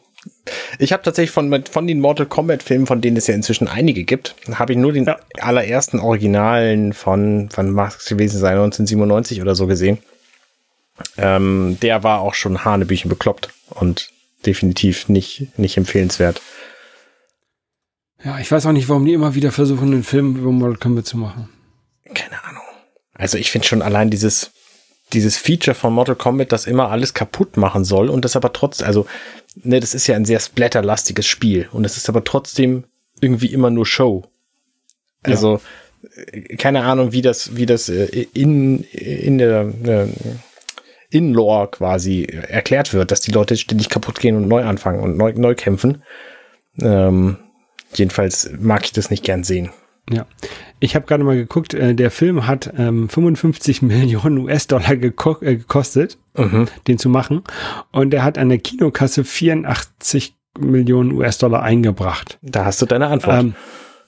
Ich habe tatsächlich von, von den Mortal Kombat-Filmen, von denen es ja inzwischen einige gibt, habe ich nur den ja. allerersten Originalen von, wann mag es gewesen sein, neunzehnhundertsiebenundneunzig oder so gesehen. Ähm, der war auch schon hanebüchen bekloppt und definitiv nicht, nicht empfehlenswert. Ja, ich weiß auch nicht, warum die immer wieder versuchen, einen Film über Mortal Kombat zu machen. Keine Ahnung. Also ich finde schon allein dieses dieses Feature von Mortal Kombat, das immer alles kaputt machen soll und das aber trotzdem, also, ne, das ist ja ein sehr splatterlastiges Spiel und es ist aber trotzdem irgendwie immer nur Show. Also, ja. keine Ahnung, wie das, wie das in, in der, äh, in Lore quasi erklärt wird, dass die Leute ständig kaputt gehen und neu anfangen und neu, neu kämpfen. Ähm, jedenfalls mag ich das nicht gern sehen. Ja, ich habe gerade mal geguckt, äh, der Film hat ähm, fünfundfünfzig Millionen U S-Dollar geko- äh, gekostet, mhm. den zu machen. Und er hat an der Kinokasse vierundachtzig Millionen U S-Dollar eingebracht. Da hast du deine Antwort. Ähm,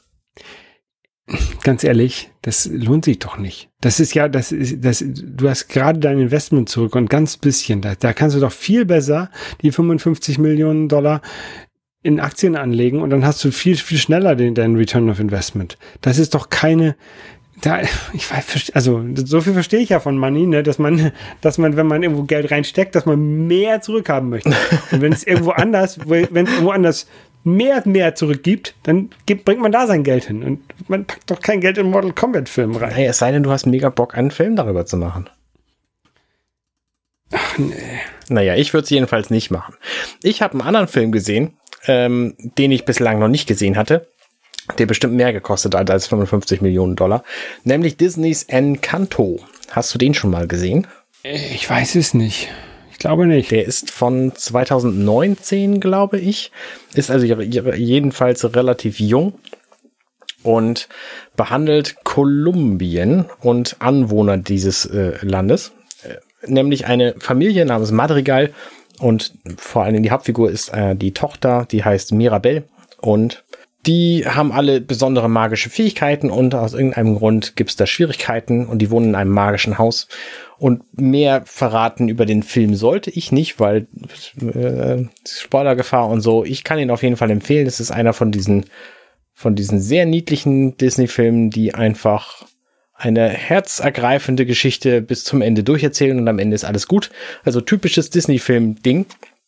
ganz ehrlich, das lohnt sich doch nicht. Das ist ja, das ist, das, du hast gerade dein Investment zurück und ganz bisschen. Da, da kannst du doch viel besser die fünfundfünfzig Millionen Dollar in Aktien anlegen und dann hast du viel, viel schneller den, den Return of Investment. Das ist doch keine, da, ich weiß, also, so viel verstehe ich ja von Money, ne, dass man, dass man, wenn man irgendwo Geld reinsteckt, dass man mehr zurückhaben möchte. Und wenn es irgendwo anders, wenn es irgendwo anders mehr, mehr zurückgibt, dann gibt, bringt man da sein Geld hin. Und man packt doch kein Geld in Mortal Kombat Film rein. Naja, es sei denn, du hast mega Bock, einen Film darüber zu machen. Ach, nee. Naja, ich würde es jedenfalls nicht machen. Ich habe einen anderen Film gesehen, Ähm, den ich bislang noch nicht gesehen hatte, der bestimmt mehr gekostet hat als fünfundfünfzig Millionen Dollar, nämlich Disneys Encanto. Hast du den schon mal gesehen? Ich weiß es nicht. Ich glaube nicht. Der ist von zweitausendneunzehn, glaube ich. Ist also jedenfalls relativ jung und behandelt Kolumbien und Anwohner dieses äh, Landes. Äh, nämlich eine Familie namens Madrigal. Und vor allem die Hauptfigur ist äh, die Tochter, die heißt Mirabel. Und die haben alle besondere magische Fähigkeiten und aus irgendeinem Grund gibt es da Schwierigkeiten und die wohnen in einem magischen Haus. Und mehr verraten über den Film sollte ich nicht, weil äh, Spoilergefahr und so. Ich kann ihn auf jeden Fall empfehlen. Es ist einer von diesen, von diesen sehr niedlichen Disney-Filmen, die einfach eine herzergreifende Geschichte bis zum Ende durcherzählen und am Ende ist alles gut. Also typisches Disney-Film-Ding.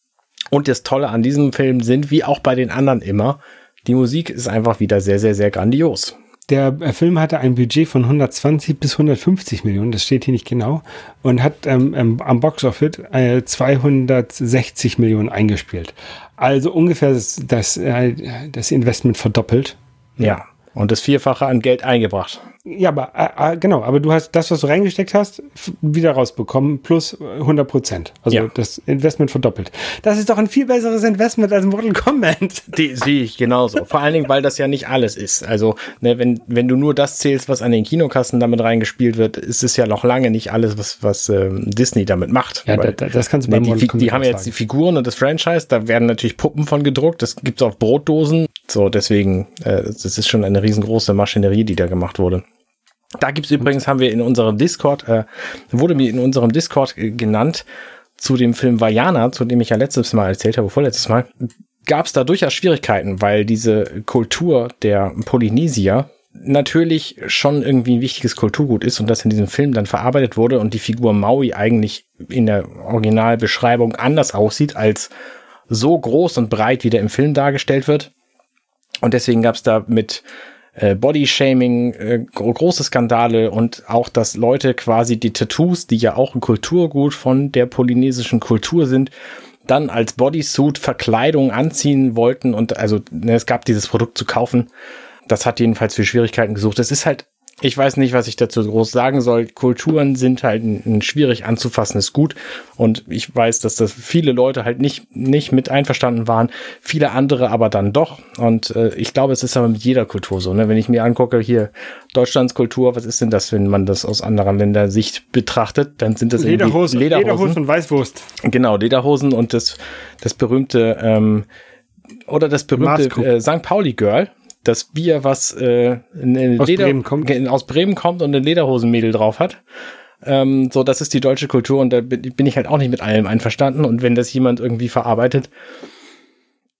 Und das Tolle an diesem Film sind, wie auch bei den anderen immer, die Musik ist einfach wieder sehr, sehr, sehr grandios. Der Film hatte ein Budget von hundertzwanzig bis hundertfünfzig Millionen, das steht hier nicht genau, und hat ähm, am Box-Office äh, zweihundertsechzig Millionen eingespielt. Also ungefähr das, das, äh, das Investment verdoppelt. Ja, und das Vierfache an Geld eingebracht. Ja, aber äh, genau, aber du hast das, was du reingesteckt hast, f- wieder rausbekommen, plus hundert Prozent. Also ja. Das Investment verdoppelt. Das ist doch ein viel besseres Investment als Mortal Kombat. Die sehe ich genauso. Vor allen Dingen, weil das ja nicht alles ist. Also, ne, wenn, wenn du nur das zählst, was an den Kinokassen damit reingespielt wird, ist es ja noch lange nicht alles, was, was ähm, Disney damit macht. Ja, weil, da, das kannst du bei ne, Mortal die, Kombat die haben jetzt die Figuren und das Franchise, da werden natürlich Puppen von gedruckt, das gibt's auf Brotdosen. So, deswegen, äh, das ist schon eine riesengroße Maschinerie, die da gemacht wurde. Da gibt's übrigens, haben wir in unserem Discord, äh, wurde mir in unserem Discord äh, genannt, zu dem Film Vaiana, zu dem ich ja letztes Mal erzählt habe, vorletztes Mal, gab's da durchaus Schwierigkeiten, weil diese Kultur der Polynesier natürlich schon irgendwie ein wichtiges Kulturgut ist und das in diesem Film dann verarbeitet wurde und die Figur Maui eigentlich in der Originalbeschreibung anders aussieht als so groß und breit, wie der im Film dargestellt wird. Und deswegen gab's da mit Äh, Body-Shaming, äh, große Skandale und auch, dass Leute quasi die Tattoos, die ja auch ein Kulturgut von der polynesischen Kultur sind, dann als Bodysuit Verkleidung anziehen wollten und also ne, es gab dieses Produkt zu kaufen. Das hat jedenfalls für Schwierigkeiten gesucht. Es ist halt, ich weiß nicht, was ich dazu groß sagen soll. Kulturen sind halt ein, ein schwierig anzufassendes Gut und ich weiß, dass das viele Leute halt nicht nicht mit einverstanden waren, viele andere aber dann doch und äh, ich glaube, es ist aber mit jeder Kultur so, ne? Wenn ich mir angucke, hier Deutschlands Kultur, was ist denn das, wenn man das aus anderen Ländern Sicht betrachtet, dann sind das Lederhosen, Lederhosen. Lederhosen und Weißwurst. Genau, Lederhosen und das das berühmte ähm, oder das berühmte äh, Sankt Pauli Girl. Das Bier, was äh, in aus, Leder, Bremen kommt. aus Bremen kommt und ein Lederhosenmädel drauf hat. Ähm, so, das ist die deutsche Kultur und da bin ich halt auch nicht mit allem einverstanden. Und wenn das jemand irgendwie verarbeitet,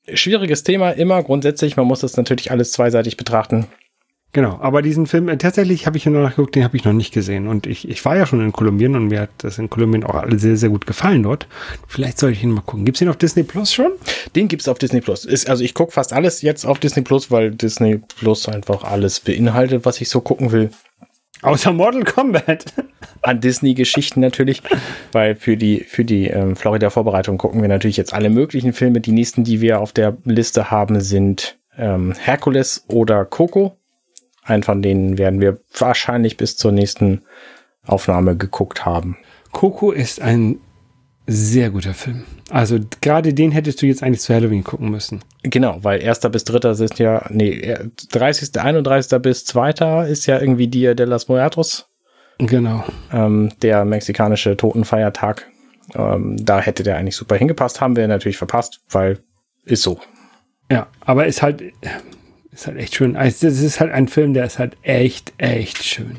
schwieriges Thema immer grundsätzlich. Man muss das natürlich alles zweiseitig betrachten. Genau, aber diesen Film, äh, tatsächlich habe ich ihn noch nachgeguckt, den habe ich noch nicht gesehen. Und ich, ich war ja schon in Kolumbien und mir hat das in Kolumbien auch alle sehr, sehr gut gefallen dort. Vielleicht soll ich ihn mal gucken. Gibt es ihn auf Disney Plus schon? Den gibt es auf Disney Plus. Ist, also ich gucke fast alles jetzt auf Disney Plus, weil Disney Plus einfach alles beinhaltet, was ich so gucken will. Außer Mortal Kombat. An Disney-Geschichten natürlich, weil für die, für die ähm, Florida-Vorbereitung gucken wir natürlich jetzt alle möglichen Filme. Die nächsten, die wir auf der Liste haben, sind ähm, Hercules oder Coco. Einen von denen werden wir wahrscheinlich bis zur nächsten Aufnahme geguckt haben. Coco ist ein sehr guter Film. Also gerade den hättest du jetzt eigentlich zu Halloween gucken müssen. Genau, weil erster bis dritter sind ja, nee, dreißigster einunddreißigster bis zweiter ist ja irgendwie Dia de los Muertos. Genau. Ähm, der mexikanische Totenfeiertag. Ähm, da hätte der eigentlich super hingepasst. Haben wir natürlich verpasst, weil ist so. Ja, aber ist halt... Ist halt echt schön. Also das ist halt ein Film, der ist halt echt, echt schön.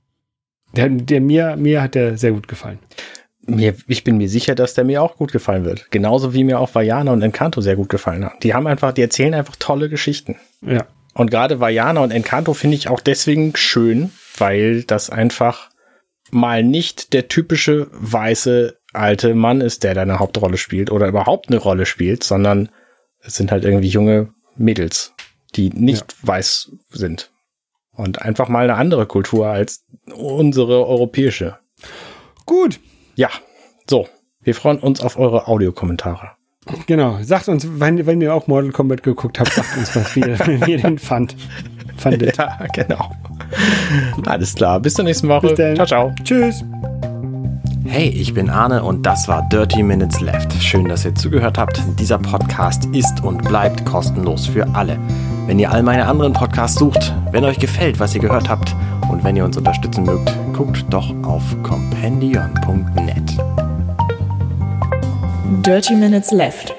Der, der mir, mir hat der sehr gut gefallen. Mir, ich bin mir sicher, dass der mir auch gut gefallen wird. Genauso wie mir auch Vaiana und Encanto sehr gut gefallen haben. Die haben einfach, die erzählen einfach tolle Geschichten. Ja. Und gerade Vaiana und Encanto finde ich auch deswegen schön, weil das einfach mal nicht der typische weiße alte Mann ist, der da eine Hauptrolle spielt oder überhaupt eine Rolle spielt, sondern es sind halt irgendwie junge Mädels, die nicht ja. weiß sind. Und einfach mal eine andere Kultur als unsere europäische. Gut. Ja, so. Wir freuen uns auf eure Audiokommentare. Genau. Sagt uns, wenn, wenn ihr auch Mortal Kombat geguckt habt, sagt uns, was ihr, wie ihr den fand. Fandet. Ja, genau. Alles klar. Bis zur nächsten Woche. Ciao, ciao. Tschüss. Hey, ich bin Arne und das war Dirty Minutes Left. Schön, dass ihr zugehört habt. Dieser Podcast ist und bleibt kostenlos für alle. Wenn ihr all meine anderen Podcasts sucht, wenn euch gefällt, was ihr gehört habt und wenn ihr uns unterstützen mögt, guckt doch auf compendion punkt net. Dirty Minutes Left.